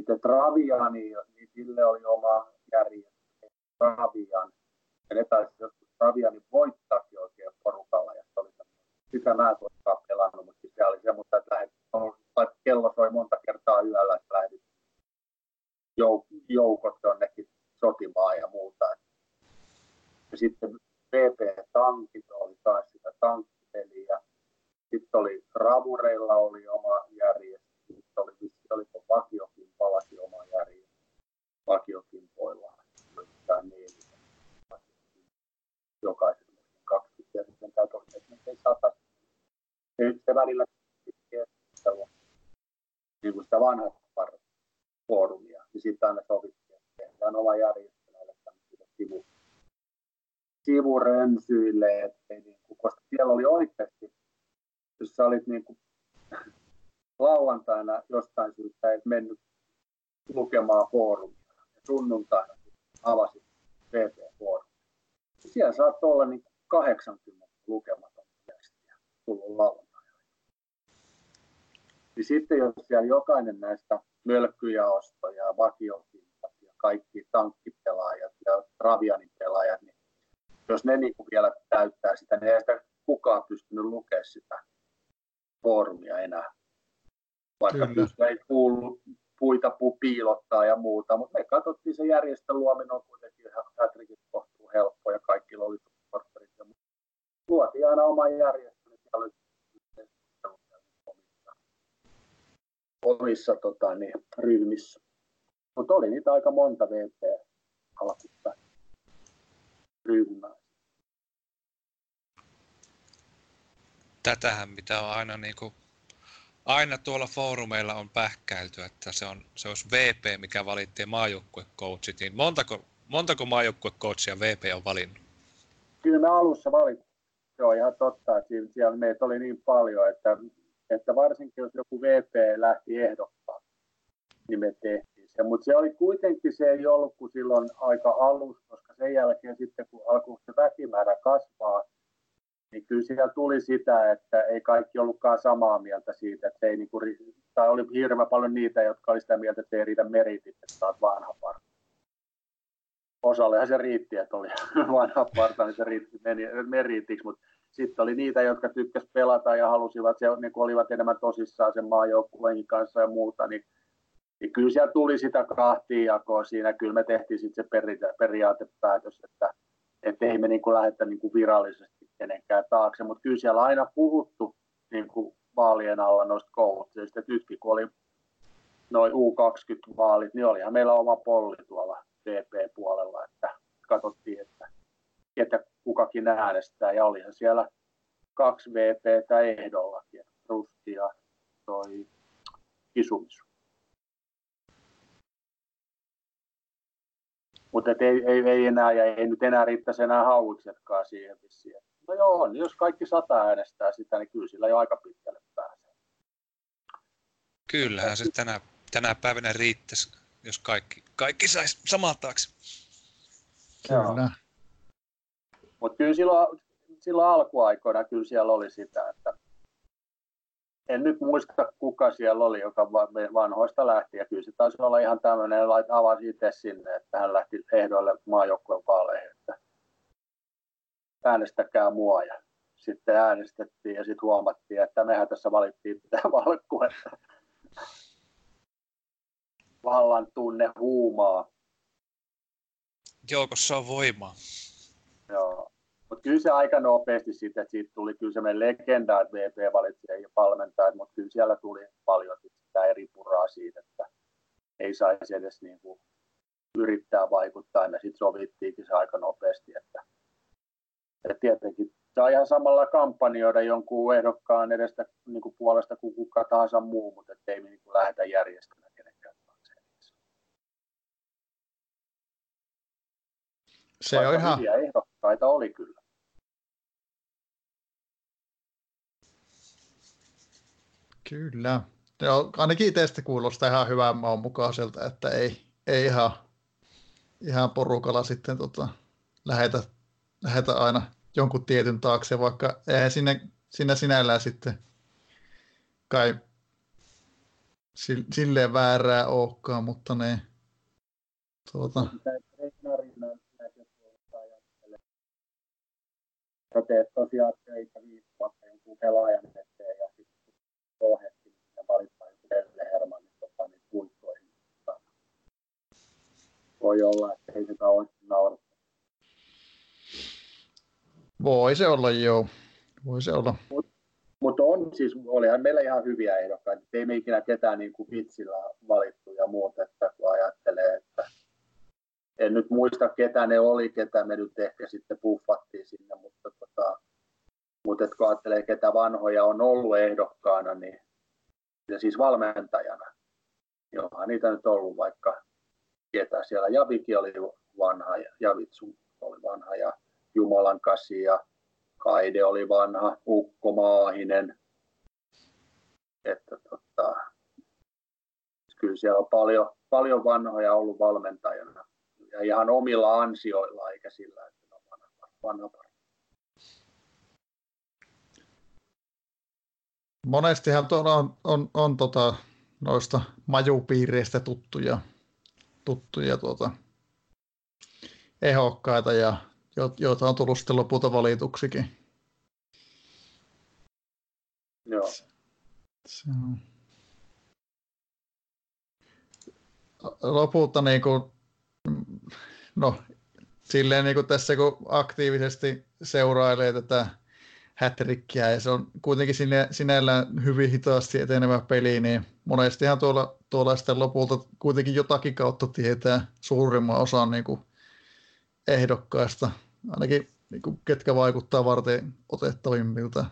sitten Traviani, niin sille oli oma järjestö, Travian. Ja ne taisi joskus Traviani voittaakin oikein porukalla. Ja se oli sitä mä en koskaan pelannut, mutta se oli semmoista, että kello soi monta kertaa yöllä, että lähdit joukot jonnekin sotimaan ja muuta. Ja sitten VP-tankit oli taas sitä tankkipeliä. Sitten oli Ravureilla oli oma järjestö. Sitten oliko Vakiokimpoillakin oma järjestö. Vakiokimpoilla. Niin. Jokaisella 20 järjestelmää tosiaan 100. Se välillä keskustelua. Niin kuin sitä vanhaa foorumia. Ja sitten aina sovittiin, että tehdään oma järjestö näille tämmöisille sivurönsyille. Niin koska siellä oli oikeasti, jos sä olit niin kuin lauantaina jostain syystä et mennyt lukemaan foorumia ja sunnuntaina avasit VP-foorumia. Siellä saattoi olla niin 80 lukematon viestiä tullut lauantaina. Ja sitten jos siellä jokainen näistä mölkkyjaosto ja vakiokimpat ja kaikki tankkipelaajat ja Travianin pelaajat, niin jos ne niin kuin vielä täyttää sitä, niin ei sitä kukaan pystynyt lukemaan sitä foorumia enää. Vaikka ei kuulu puita piilottaa ja muuta, mutta me katsottiin se järjestön luominen on kuitenkin Patrickit kohtuu helppo ja kaikilla oli kortterit ja muuta. Luotiin aina oma järjestö, ja oli omissa ryhmissä. Mutta oli niitä aika monta VP-alkuista ryhmää. Tätähän mitä on aina niinku aina tuolla foorumeilla on pähkäilty, että se olisi VP, mikä valittiin maajoukkuecoachit, niin montako maajoukkuecoachia VP on valinnut? Kyllä me alussa valittiin. Se on ihan totta, että siellä meitä oli niin paljon, että varsinkin jos joku VP lähti ehdokkaan, niin me tehtiin se. Mutta se oli kuitenkin, se ei ollut kuin silloin aika alussa, koska sen jälkeen sitten kun alkoi se väkimäärä kasvaa, niin kyllä siellä tuli sitä, että ei kaikki ollutkaan samaa mieltä siitä, että se ei niinku, tai oli hirveän paljon niitä, jotka oli sitä mieltä, että se ei riitä meritit, että sä oot vanha parta. Osallehan se riitti, että oli vanha parta, niin se riitti meritiksi, mutta sitten oli niitä, jotka tykkäs pelata ja halusivat, se, niin kuin olivat enemmän tosissaan sen maajoukkueen kanssa ja muuta, niin kyllä siellä tuli sitä kahtiajakoa siinä, kyllä me tehtiin sitten se periaatepäätös, että ei me niin kuin lähdetä niin kuin virallisesti kenenkään taakse, mutta kyllä siellä aina puhuttu niin kuin vaalien alla noista coacheista, että nytkin kun oli noin U20-vaalit, niin olihan meillä oma polli tuolla VP-puolella, että katsottiin, että kukakin äänestää, ja olihan siellä 2 VP:tä ehdollakin, Rusti ja toi Isumisu. Mutta ei enää, ja ei nyt enää riittäisi enää hauiksetkaan siihen vissiin. No joo, niin jos kaikki 100 äänestää sitä, niin kyllä sillä jo aika pitkälle pääsee. Kyllähän se tänä päivänä riittäisi, jos kaikki saisi samaltaaksi. Kyllä. Mutta kyllä silloin alkuaikoina kyllä siellä oli sitä, että en nyt muista kuka siellä oli, joka vanhoista lähti, ja kyllä se taisi olla ihan tämmöinen, avasi itse sinne, että hän lähti ehdoille maajoukkueen vaaleihin, että äänestäkää mua, ja sitten äänestettiin, ja sitten huomattiin, että mehän tässä valittiin tämä valkku, että vallan tunne huumaa. Joukossa on voimaa. Joo. Mutta kyllä se aika nopeasti siitä, että siitä tuli kyllä semmoinen legenda, että VP valitsee ja valmentajat, mutta kyllä siellä tuli paljon sitä eri puraa siitä, että ei saisi edes niinku yrittää vaikuttaa, ja sitten sovittiinkin se aika nopeasti, että tietenkin saa ihan samalla kampanjoida jonkun ehdokkaan edestä niinku puolesta kuin kuka tahansa muu, mutta ei me niinku lähdetä järjestämään kenenkään. Se on ihan... Hyviä ehdokkaita oli kyllä. Kyllä. Joo, ainakin itsestä kuulostaa ihan hyvän maun mukaiselta, että ei ihan porukalla sitten lähetä aina jonkun tietyn taakse, vaikka eihän siinä sinällään sitten kai silleen väärää olekaan, mutta ne Sä teet tosiaan töitä 5 vuotta jonkun pelaajan eteen ja sitten ohjattiin ja valitaan joku Pelle Hermann niitä puittoihin. Voi olla, että ei sitä oikein naurata. Voi se olla, joo. Voi se olla. Mutta on siis, olihan meillä ihan hyviä ehdokkaita. Ei me ikinä ketään niin kuin vitsillä valittu ja muuta, että kun ajattelee, että en nyt muista ketä ne oli, ketä me nyt ehkä sitten puffattiin sinne, mutta kun ajattelee ketä vanhoja on ollut ehdokkaana, niin ja siis valmentajana, niin onhan niitä nyt ollut vaikka ketä siellä. Javikin oli vanha ja Javitsu oli vanha ja Jumalan Kasi ja Kaide oli vanha, Ukko Maahinen. Että kyllä siellä on paljon vanhoja ollut valmentajana. Ja ihan omilla ansioilla, eikä sillä, että ne on vanha pari. Monestihan tuolla on noista majupiireistä tuttuja ehdokkaita, ja joita on tullut sitten lopulta valituksikin. Joo. Lopulta niinku, silleen niinku tässä kun aktiivisesti seurailee tätä hätrikkiä ja se on kuitenkin sinällään hyvin hitaasti etenevä peli, niin monestihan tuolla sitten lopulta kuitenkin jotakin kautta tietää suurimman osan niinku ehdokkaista, ainakin niinku ketkä vaikuttaa varten otettavimmilta.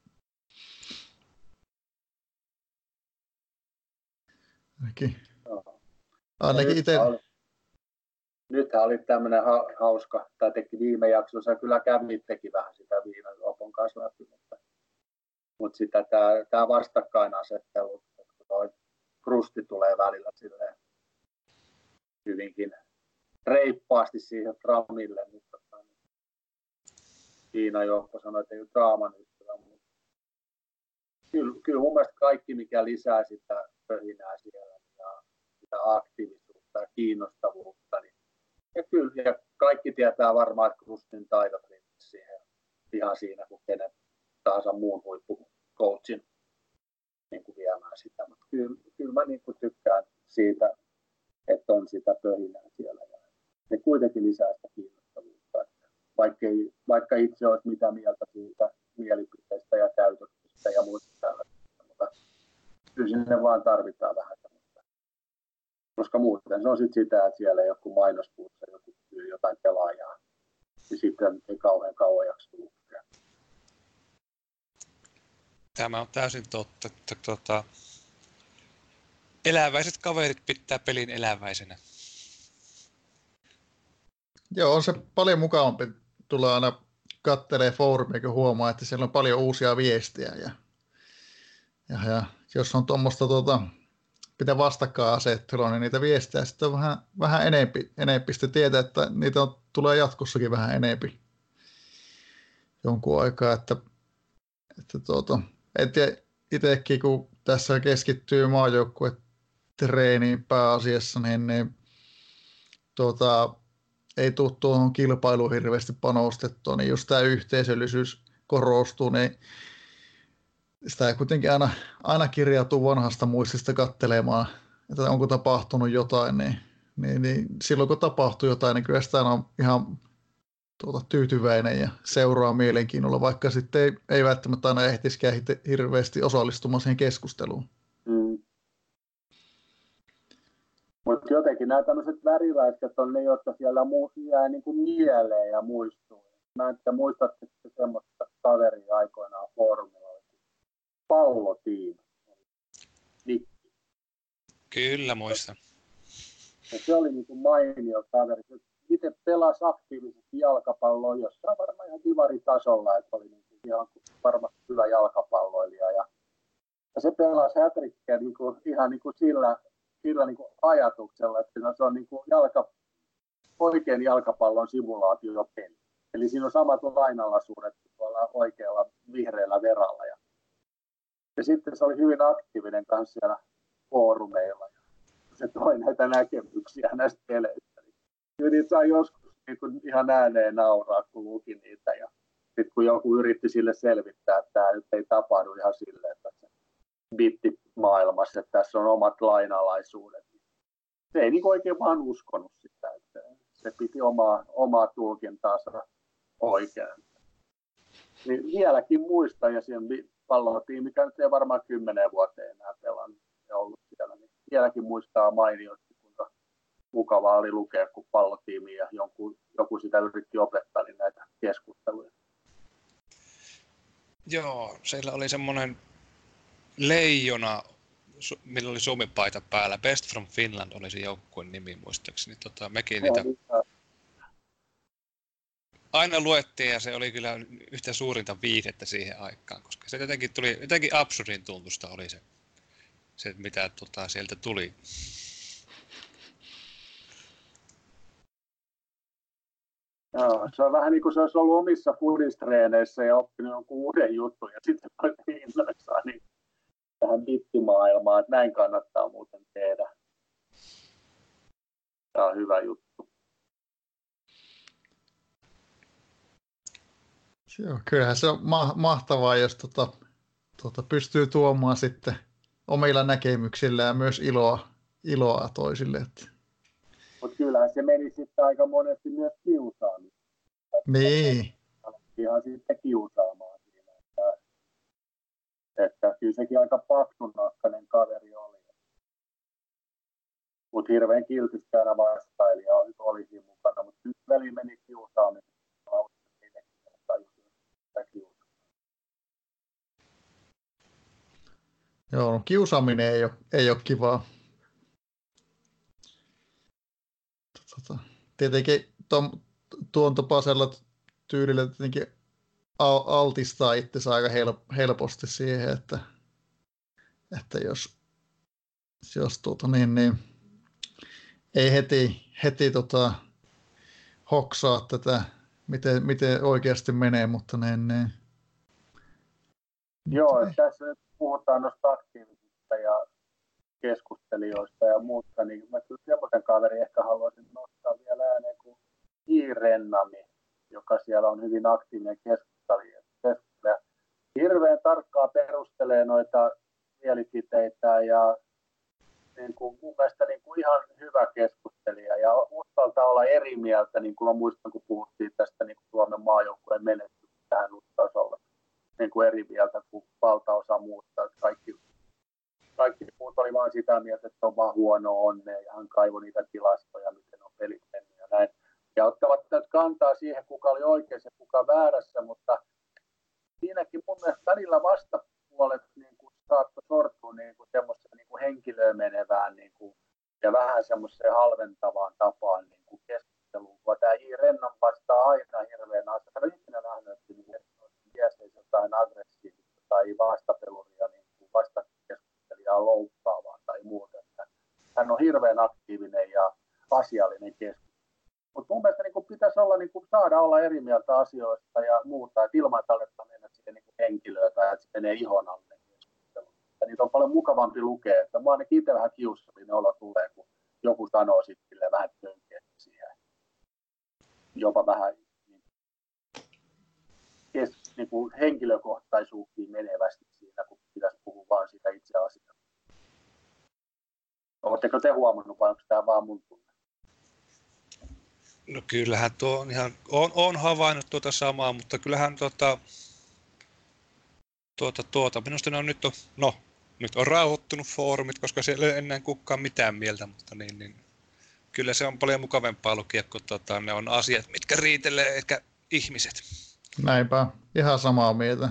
Ainakin itse. Nythän oli tämmöinen hauska, tai teki viime jaksossa, kyllä teki vähän sitä viime Opon kanssa läpi, mutta sitä tämä vastakkainasettelu, että toi krusti tulee välillä silleen hyvinkin reippaasti siihen Tramille, mutta Tiina Johko sanoi, että ei ole draaman ystävä, mutta kyllä mun mielestä kaikki, mikä lisää sitä pöhinää siellä ja sitä aktiivisuutta ja kiinnostavuutta, niin ja kaikki tietää varmaan, että Krustin taidot riittää siihen ihan siinä, kun kenen tahansa muun huippucoachin niin kuin viemään sitä. Mutta kyllä mä niin kuin tykkään siitä, että on sitä pöhinää siellä. Ja ne kuitenkin lisää sitä kiinnostavuutta. Vaikka itse olisi mitä mieltä siitä mielipiteistä ja käytöksistä ja muista tällaisista, mutta kyllä sinne vaan tarvitaan vähän. Koska muuten se on sitten sitä, että siellä joku mainospuussa joku kysyy jotain pelaajaa, niin sitten ei kauhean kauan jaksa lukea. Tämä on täysin totta, että eläväiset kaverit pitää pelin eläväisenä. Joo, on se paljon mukavampi tulla aina kattelee foorumia, kun huomaa, että siellä on paljon uusia viestiä. Ja jos on tuommoista pitää vastakkainasettelua, niin niitä viestejä sitten on vähän enempi. Sitten tietää, että niitä tulee jatkossakin vähän enempi jonkun aikaa. Että en tiedä itsekin, kun tässä keskittyy maajoukkuetreeniin pääasiassa, niin ei tule tuohon kilpailuun hirveästi panostettua, niin jos tämä yhteisöllisyys korostuu, niin sitä ei kuitenkin aina kirjautuu vanhasta muistista katselemaan, että onko tapahtunut jotain, niin silloin kun tapahtuu jotain, niin kyllä sitä on ihan tyytyväinen ja seuraa mielenkiinnolla, vaikka sitten ei välttämättä aina ehtisikään hirveästi osallistumaan siihen keskusteluun. Mutta jotenkin nämä tämmöiset väriläiset on ne, jotka siellä jää niin kuin mieleen ja muistuu. Mä en tiedä, muistatte semmoista kaveria aikoinaan foorumilla. Pallotiimi. Nikki. Kyllä muistan. Ja se oli niin kuin mainio kaveri. Itse pelasi aktiivisesti jalkapalloa jossain varmaan ihan divaritasolla, että oli niin kuin ihan varmasti hyvä jalkapalloilija. Ja se pelasi hätrikkiä niin kuin, ihan niin kuin sillä niin kuin ajatuksella, että se on niin kuin oikein jalkapallon simulaatiopeli. Eli siinä on samat lainalaisuudet tuolla oikealla vihreällä veralla. Ja sitten se oli hyvin aktiivinen kanssa siellä foorumeilla. Se toi näitä näkemyksiä näistä peleistä. Kyllä niitä saa joskus niin ihan ääneen nauraa, kun luki niitä. Ja sitten kun joku yritti sille selvittää, että tämä nyt ei tapahdu ihan silleen, että se bittimaailmassa, että tässä on omat lainalaisuudet. Se ei niin oikein vaan uskonut sitä, että se piti omaa tulkintaansa oikein. Niin vieläkin muistan, ja siihen pallotiimi, mikä nyt ei varmaan 10 vuoteen enää pelannut ja ollut siellä, niin vieläkin muistaa mainiosti, kuinka mukavaa oli lukea, kun pallotiimi ja joku sitä yritti opettaa niin näitä keskusteluja. Joo, siellä oli semmoinen leijona, millä oli Suomi-paita päällä. Best from Finland oli se joukkueen nimi muistaakseni. Mekin niitä aina luettiin ja se oli kyllä yhtä suurinta viihdettä siihen aikaan, koska se jotenkin absurdin tuntusta oli se mitä sieltä tuli. Joo, se on vähän niin kuin se olisi ollut omissa foodistreeneissä ja oppinut jonkun uuden jutun ja sitten oli innoissaan niin tähän bittimaailmaan, että näin kannattaa muuten tehdä. Tämä on hyvä juttu. Joo, kyllähän se on mahtavaa, jos pystyy tuomaan sitten omilla näkemyksillä ja myös iloa toisille. Mutta kyllähän se meni sitten aika monesti myös kiusaamiseen. Niin. Ihan sitten kiusaamaan siinä. Että kyllä sekin aika paksunahkainen kaveri oli. Mutta hirveän kiltisti aina vastaili ja oli siinä mukana. Mutta nyt väliin meni kiusaamiseen. Joo, no, kiusaaminen ei ole kivaa. Tietenkin tuon tapaisella tyylillä tietenkin altistaa itsensä aika helposti siihen, että jos ei heti hoksaa tätä, miten oikeasti menee, mutta niin. Joo, tässä nyt puhutaan noista aktiivisista ja keskustelijoista ja muuta, niin mä kyllä semmoisen kaverin ehkä haluaisin nostaa vielä ääneen kuin J. Rennami, joka siellä on hyvin aktiivinen keskustelija. Hirveän tarkkaan perustelee noita mielipiteitä ja niin kuin, mun mielestä niin kuin ihan hyvä keskustelija ja uskaltaa olla eri mieltä, niin kuin mä muistan, kun puhuttiin tästä niin kuin Suomen maajoukkueen menestyksestä, tähän uskaltaisi olla niin kuin eri mieltä kuin valtaosa muusta. Kaikki muut oli vaan sitä mieltä, että on vaan huono onnea ja hän kaivoi niitä tilastoja, miten on pelit mennyt ja näin. Ja ottavat nyt kantaa siihen, kuka oli oikeassa ja kuka väärässä, mutta siinäkin mun mielestä välillä vastapuolet niin kuin saattoi sortua niin kuin semmoiseen niin kuin henkilöön menevään niin kuin, ja vähän semmoiseen halventavaan tapaan niin kuin keskusteluun. Kun tämä J. Rennan vastaa aina hirveän asiaa. Hän on ikinä nähnyt, että mies ei jotain aggressiivista tai vastapeluria niin kuin vastakeskustelijaa loukkaavaa tai muuta. Hän on hirveän aktiivinen ja asiallinen keskustelu. Mutta mun mielestä niin pitäisi olla, niin saada olla eri mieltä asioista ja muuta, että ilman että aletaan mennä siihen niin henkilöön tai että se menee ihon alle keskusteluun. Niitä on paljon mukavampi lukea, että mä ainakin itse vähän kiusallinen olo tulee, kun joku sanoo sitten vähän tönkeästi siihen. Jopa vähän niin kuin henkilökohtaisuuksiin menevästi siinä, kun pitäisi puhua vaan siitä itse asiasta. Oletteko te huomannut vai onko tämä vaan mun tunne? No kyllähän tuo on ihan, on havainnut tuota samaa, mutta kyllähän minusta ne on nyt on rauhoittunut foorumit, koska siellä ei ole enää kukaan mitään mieltä, mutta niin kyllä se on paljon mukavempaa lukea, kun ne on asiat, mitkä riitelee ehkä ihmiset. Näinpä, ihan samaa mieltä.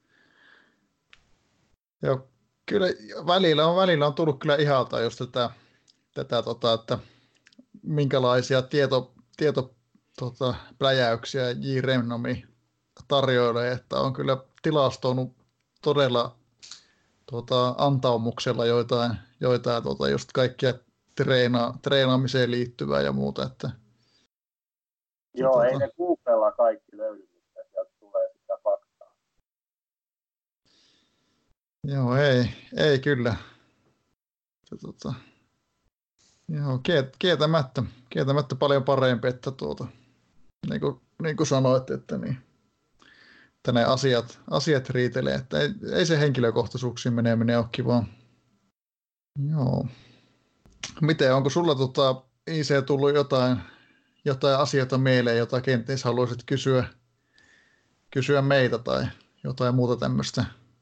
Joo, kyllä välillä on tullut kyllä ihalta just tätä että minkälaisia tietopläjäyksiä J. Rennami tarjoilee, että on kyllä tilastoinut todella antaumuksella joitain just kaikkia treenaamiseen liittyvää ja muuta. Että, joo, ei ne Googlella kaikki löydy, mitä sieltä tulee sitä faktaa. Joo, ei kyllä. Joo, kieltämättä paljon parempi, että niin kuin sanoit, että ne asiat riitelee, että ei se henkilökohtaisuuksiin meneminen ole kivaa. Joo. Miten, onko sulla IC tullut jotain asioita mieleen, jota kenties haluaisit kysyä meitä tai jotain muuta tämmöistä?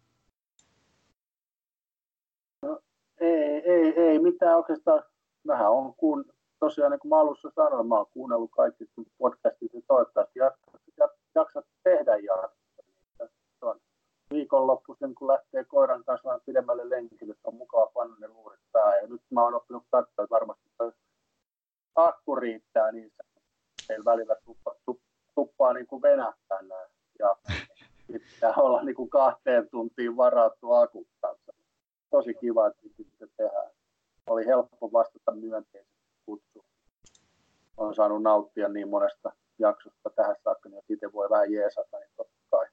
No, ei mitään oikeastaan. Vähän on tosiaan, niin kuin mä alussa sanoin, mä oon kuunnellut kaikki podcastit ja toivottavasti jaksat tehdä jatkossa. Viikonloppuisin, kun lähtee koiran kanssa vähän pidemmälle lenkille, on mukava panna ne luurit päähän. Ja nyt mä oon oppinut katsoa, että varmasti akku riittää, niin se välillä tuppaa niin kuin venähtää näin. Ja pitää olla niin kuin 2 tuntiin varattu akut kanssa. Tosi kiva, että se tehdään. Oli helppo vastata myönteisesti kutsuun. Olen saanut nauttia niin monesta jaksosta tähän saakka, niin itse voi vähän jeesata, niin totta kai.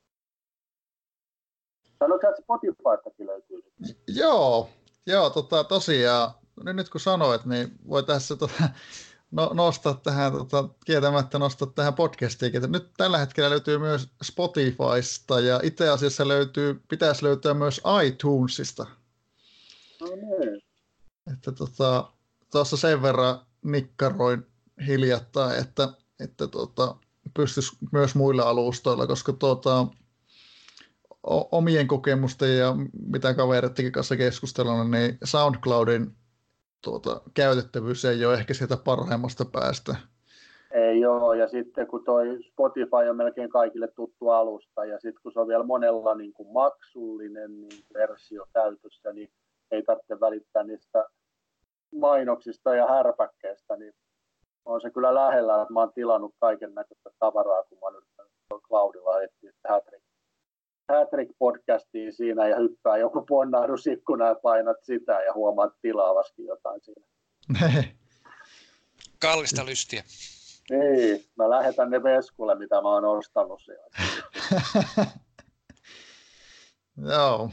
Sanoitko, että Spotifystakin löytyy? Joo, tosiaan. Nyt kun sanoit, niin voi tässä nostaa tähän, kieltämättä nostaa tähän podcastiin. Nyt tällä hetkellä löytyy myös Spotifysta ja itse asiassa pitäisi löytyä myös iTunesista. No niin. Että tuossa sen verran nikkaroin hiljattain, että pystyisi myös muilla alustoilla, koska omien kokemusten ja mitä kaverittikin kanssa keskustellaan, niin SoundCloudin käytettävyys ei ole ehkä sieltä parhaimmasta päästä. Ei ole, ja sitten kun toi Spotify on melkein kaikille tuttu alusta, ja sitten kun se on vielä monella niin kuin maksullinen niin versio käytössä, niin ei tarvitse välittää niistä mainoksista ja härpäkkeistä, niin on se kyllä lähellä, että mä oon tilannut kaiken näköistä tavaraa, kun mä oon yrittänyt Cloudilla etsiä Hattrick-podcastiin siinä ja hyppää joku ponnahdusikkuna ja painat sitä ja huomaat tilaavasti jotain siinä. Kallista lystiä. Niin, mä lähetän ne Veskulle, mitä mä oon ostanut siellä. Joo.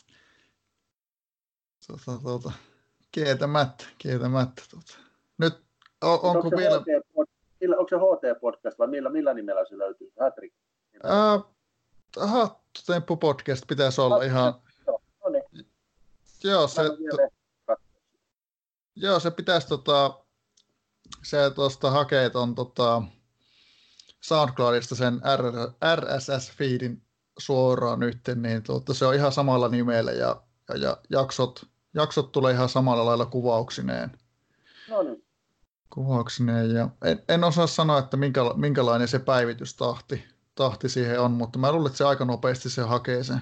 Kieltämättä. Nyt onko vielä... Onko se HT-podcast vai millä nimellä se löytyy? Hattrick? Hattutemppu-podcast pitäisi olla ihan... No niin. Joo, se pitäisi se tuosta hakee ton SoundCloudista sen RSS-feedin suoraan nyt, niin se on ihan samalla nimellä ja jaksot tulee ihan samalla lailla kuvauksineen. No niin. Kuvauksineen ja en osaa sanoa, että minkälainen se päivitystahti siihen on, mutta mä luulen, että se aika nopeasti se hakee sen.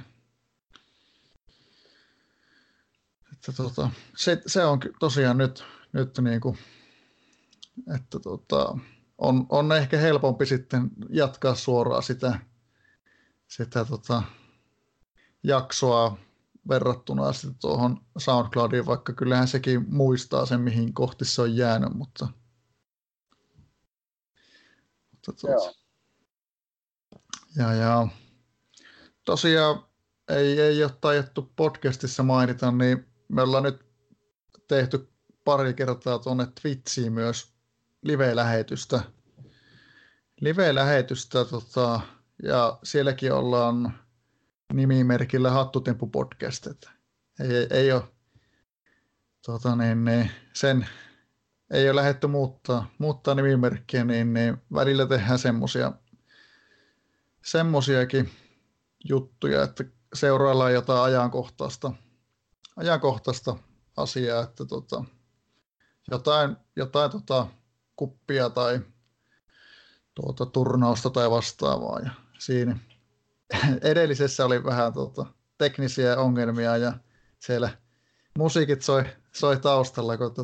Että se on tosiaan nyt niin kuin, että on ehkä helpompi sitten jatkaa suoraan sitä jaksoa verrattuna sitten tuohon SoundCloudiin, vaikka kyllähän sekin muistaa sen, mihin kohti se on jäänyt, mutta ja tosiaan ei ole taidettu podcastissa mainita, niin me ollaan nyt tehty pari kertaa tuonne Twitchiin myös live-lähetystä ja sielläkin ollaan nimimerkillä Hattutemppu podcast. Ei ole ei ole lähdetty muuttaa nimimerkkiä, niin välillä tehdään semmosiakin juttuja, että seuraillaan jotain ajankohtaista asiaa, että jotain kuppia tai turnausta tai vastaavaa. Ja siinä edellisessä oli vähän teknisiä ongelmia ja siellä musiikit soi taustalla, kun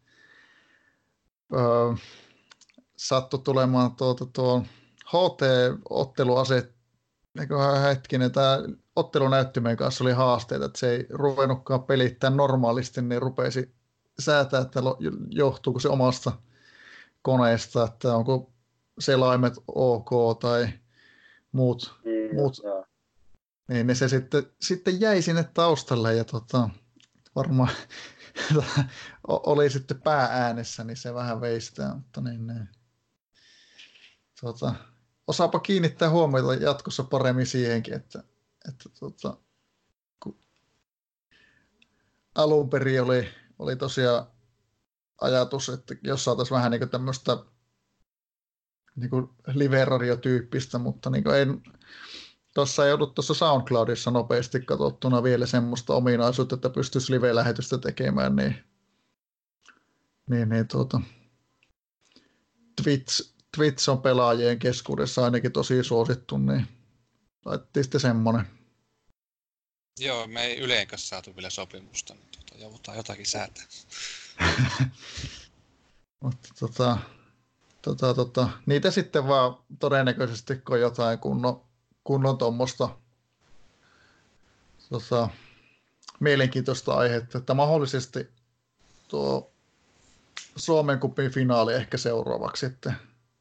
sattui tulemaan tuon HT-otteluaset, hetkinen, tämä ottelunäyttimen kanssa oli haasteita, että se ei ruvennutkaan pelittää normaalisti, niin rupesi säätää, että johtuuko se omasta koneesta, että onko selaimet ok tai muut. Niin se sitten jäi sinne taustalle ja varmaan oli sitten päääänessä, niin se vähän veistää, mutta niin. Osaapa kiinnittää huomiota jatkossa paremmin siihenkin, että kun alun perin oli tosiaan ajatus, että jos saataisiin vähän niin tämmöistä niin live-radio-tyyppistä, mutta niin tuossa ei ollut tuossa SoundCloudissa nopeasti katsottuna vielä semmoista ominaisuutta, että pystyisi live-lähetystä tekemään, niin Twitch on pelaajien keskuudessa ainakin tosi suosittu, niin laittiin sitten semmoinen. Joo, me ei Yleen kanssa saatu vielä sopimusta, niin joudutaan jotakin säätää. Mutta niitä sitten vaan todennäköisesti, kun jotain kunnon tuommoista mielenkiintoista aihetta, että mahdollisesti tuo Suomen cupin finaali ehkä seuraavaksi sitten.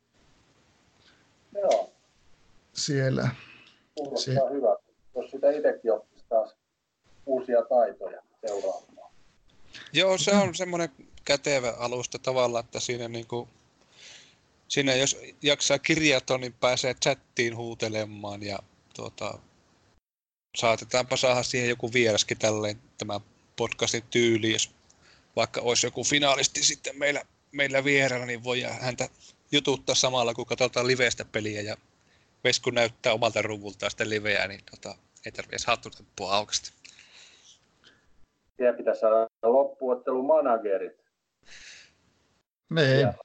Joo. Siellä. Kuulostaa hyvä, jos sitä itsekin oppisi taas uusia taitoja seuraamaan. Joo, se on semmoinen kätevä alusta tavallaan, että siinä jos jaksaa kirjata, niin pääsee chattiin huutelemaan ja saatetaanpa saada siihen joku vieraskin tälleen tämän podcastin tyyli, jos vaikka olisi joku finaalisti sitten meillä vieraana, niin voi häntä jututtaa samalla, kun katsotaan livestä peliä ja Vesku näyttää omalta ruvultaan sitä liveä, niin ei tarvitse hattutemppua aukasta. Siellä pitäisi saada loppuottelumanagerit. Niin. Ja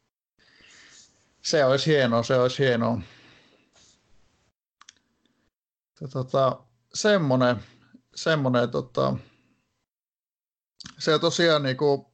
se olisi hienoa. Semmoinen se tosiaan niinku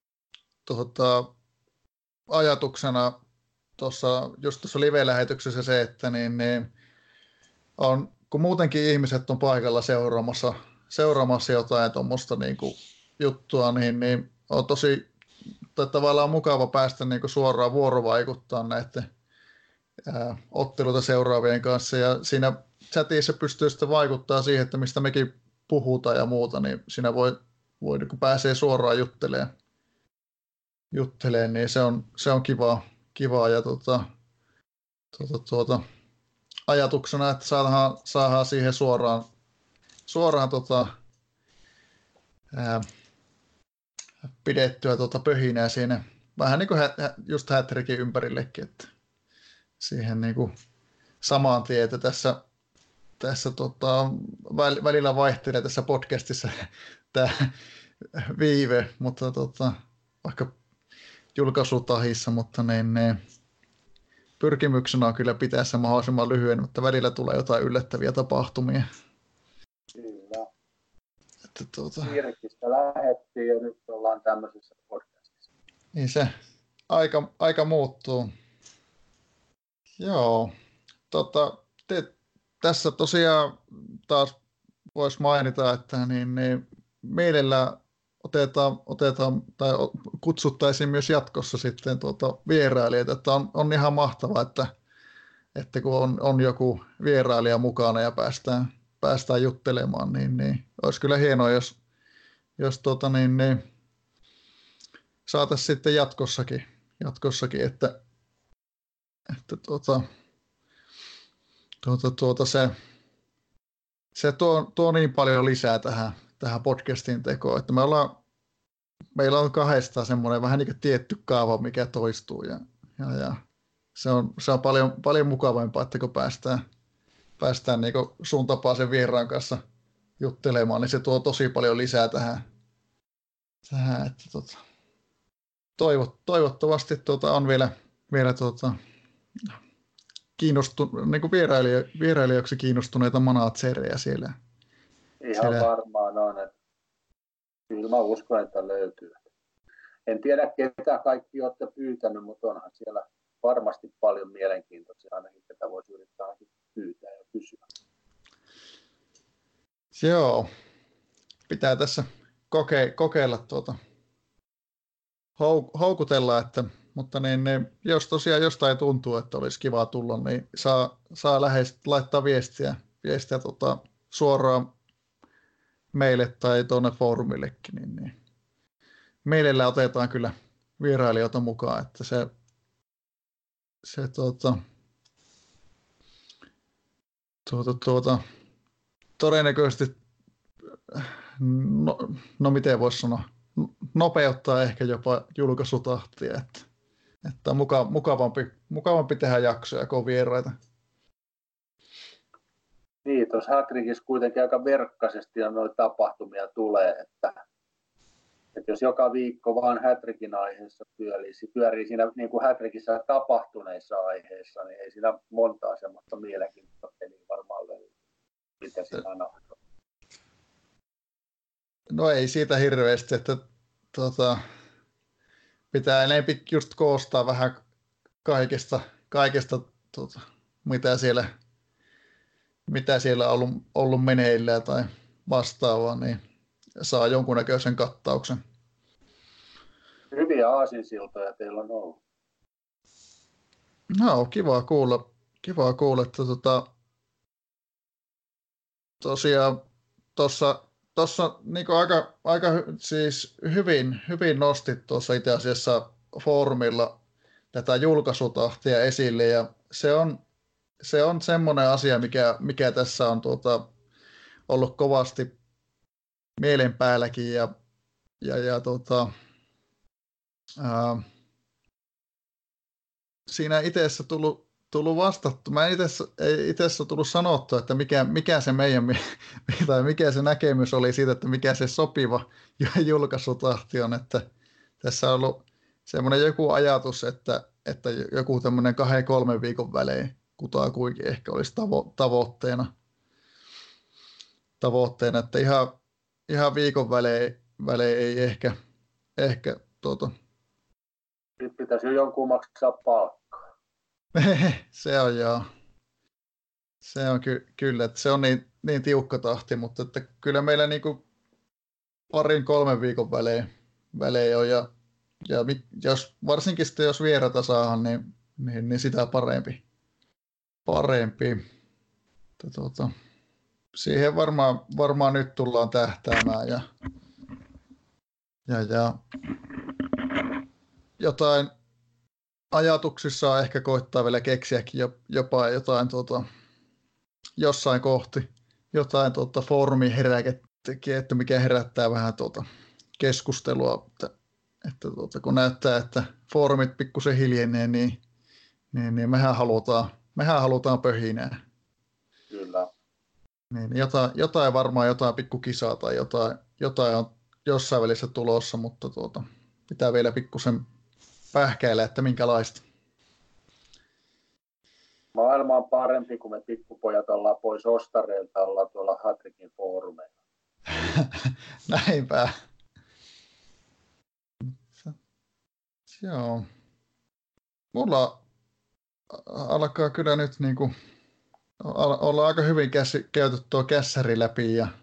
ajatuksena just tuossa live-lähetyksessä se, että niin on, kun muutenkin ihmiset on paikalla seuraamassa jotain tuommoista niinku juttua, niin on tavallaan mukava päästä niinku suoraan vuorovaikuttaa näiden otteluita seuraavien kanssa, ja siinä chatissa pystyy sitten vaikuttaa siihen, että mistä mekin puhutaan ja muuta, niin siinä voi kun pääsee suoraan juttelemaan, niin se on kivaa ja ajatuksena, että saadaan siihen suoraan pidettyä pöhinää siinä, vähän niin kuin just hätrikin ympärillekin, että siihen niin kuin samaan tien, että tässä välillä vaihtelee tässä podcastissa tämä viive, mutta vaikka julkaisutahissa, mutta pyrkimyksenä on kyllä pitää se mahdollisimman lyhyen, mutta välillä tulee jotain yllättäviä tapahtumia. Kyllä. Että Virkistä lähettiin ja nyt ollaan tämmöisessä podcastissa. Niin se aika muuttuu. Joo. Tässä tosiaan taas voisi mainita, että niin mielellä otetaan tai kutsuttaisiin myös jatkossa sitten vierailijoita, että on ihan mahtavaa, että kun on joku vierailija mukana ja päästään juttelemaan, niin olisi kyllä hienoa, jos saataisiin sitten jatkossakin, että se tuo niin paljon lisää tähän podcastin tekoon, että meillä on kahdestaan semmoinen vähän niin kuin tietty kaava, mikä toistuu ja se on paljon mukavampaa, että kun päästään niin kuin sun tapaisen vieraan kanssa juttelemaan, niin se tuo tosi paljon lisää tähän että toivottavasti on vielä niin vierailijoiksi kiinnostuneita managereja siellä. Ihan varmaan on. Että kyllä mä uskon, että löytyy. En tiedä, ketä kaikki olette pyytänyt, mutta onhan siellä varmasti paljon mielenkiintoisia ainakin, ketä voisi yrittää pyytää ja kysyä. Joo. Pitää tässä kokeilla houkutella, mutta jos tosiaan jostain tuntuu, että olisi kiva tulla, niin saa laittaa viestiä suoraan meille tai tuonne foorumillekin, niin mielellään otetaan kyllä vierailijoita mukaan, että se todennäköisesti, no miten voisi sanoa, nopeuttaa ehkä jopa julkaisutahtia, että on mukavampi tehdä jaksoja kuin vieraita. Niin, tuossa Hätrikissä kuitenkin aika verkkaisesti noita tapahtumia tulee, että jos joka viikko vaan Hätrikin aiheessa pyörii siinä niin kuin Hätrikissä tapahtuneissa aiheissa, niin ei siinä montaa semmoista mielenkiintoista peliä varmaan löydy. Mitä siinä on? No ei siitä hirveästi, että pitää enemmän just koostaa vähän kaikesta mitä siellä on ollut meneillään tai vastaavaa, niin saa jonkunnäköisen kattauksen. Hyviä aasinsiltoja teillä on ollut. No, kiva kuulla, että tosiaan tuossa niin aika siis hyvin nostit tuossa itse asiassa foorumilla tätä julkaisutahtia esille, ja se on semmoinen asia, mikä tässä on ollut kovasti mielen päälläkin, ja siinä itse tullut vastattu. Mä ei itse tullut sanottua, että mikä se tai mikä se näkemys oli siitä, että mikä se sopiva julkaisutahti on, että tässä on ollut semmoinen joku ajatus, että joku tämmöinen 2-3 viikon välein kutakuinkin ehkä olisi tavoitteena, että ihan viikon välein ei ehkä Nyt pitäisi jo jonkun maksaa palkkaa. Se on joo. Se on kyllä, että se on niin tiukka tahti, mutta että kyllä meillä niinku 2-3 viikon välein on, ja varsinkin sitten jos vierata saadaan, niin sitä parempi. Siihen varmaan nyt tullaan tähtäämään, ja jotain ajatuksissa ehkä koittaa vielä keksiäkin jopa jotain jossain kohti jotain foorumiheräkettäkin, että mikä herättää vähän keskustelua, että kun näyttää, että foorumit pikkusen hiljenee, niin mehän halutaan pöhinää. Kyllä. Niin, jotain pikkukisaa tai jotain on jossain välissä tulossa, mutta pitää vielä pikkusen pähkäillä, että minkälaista. Maailma on parempi, kun me pikkupojat ollaan pois ostareilta, ollaan tuolla Hätrikin foorumeilla. Näinpä. Joo. Mulla alkaa kyllä nyt niinku olla aika hyvin käyty tuo kässäri läpi ja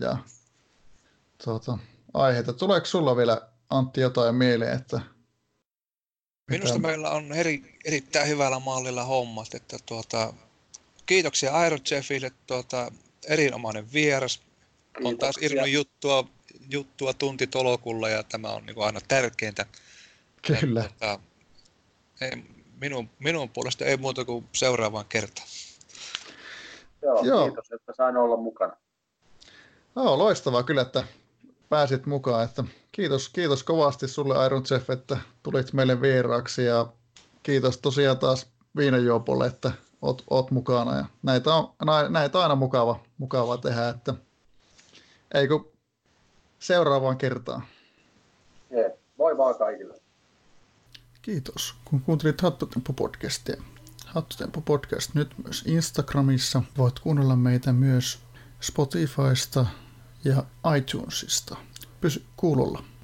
aiheita. Tuleeko sulla vielä, Antti, jotain mieleen, että minusta meillä on erittäin hyvällä mallilla hommat, että kiitoksia Aerochefille, erinomainen vieras. Kiitoksia. On taas irnon juttua tuntitolokulla, ja tämä on niin aina tärkeintä. Kyllä. Ja, minun puolesta ei muuta kuin seuraavaan kertaan. Joo, kiitos, että sain olla mukana. Joo, loistavaa kyllä, että pääsit mukaan. Että kiitos kovasti sulle, Iron Chef, että tulit meille vieraaksi, ja kiitos tosiaan taas Viinajuopolle, että oot mukana. Ja näitä on aina mukava tehdä, että eikö seuraavaan kertaan. Moi vaan kaikille. Kiitos, kun kuuntelit Hattutempo-podcastia. Hattutempo-podcast nyt myös Instagramissa. Voit kuunnella meitä myös Spotifysta ja iTunesista. Pysy kuulolla.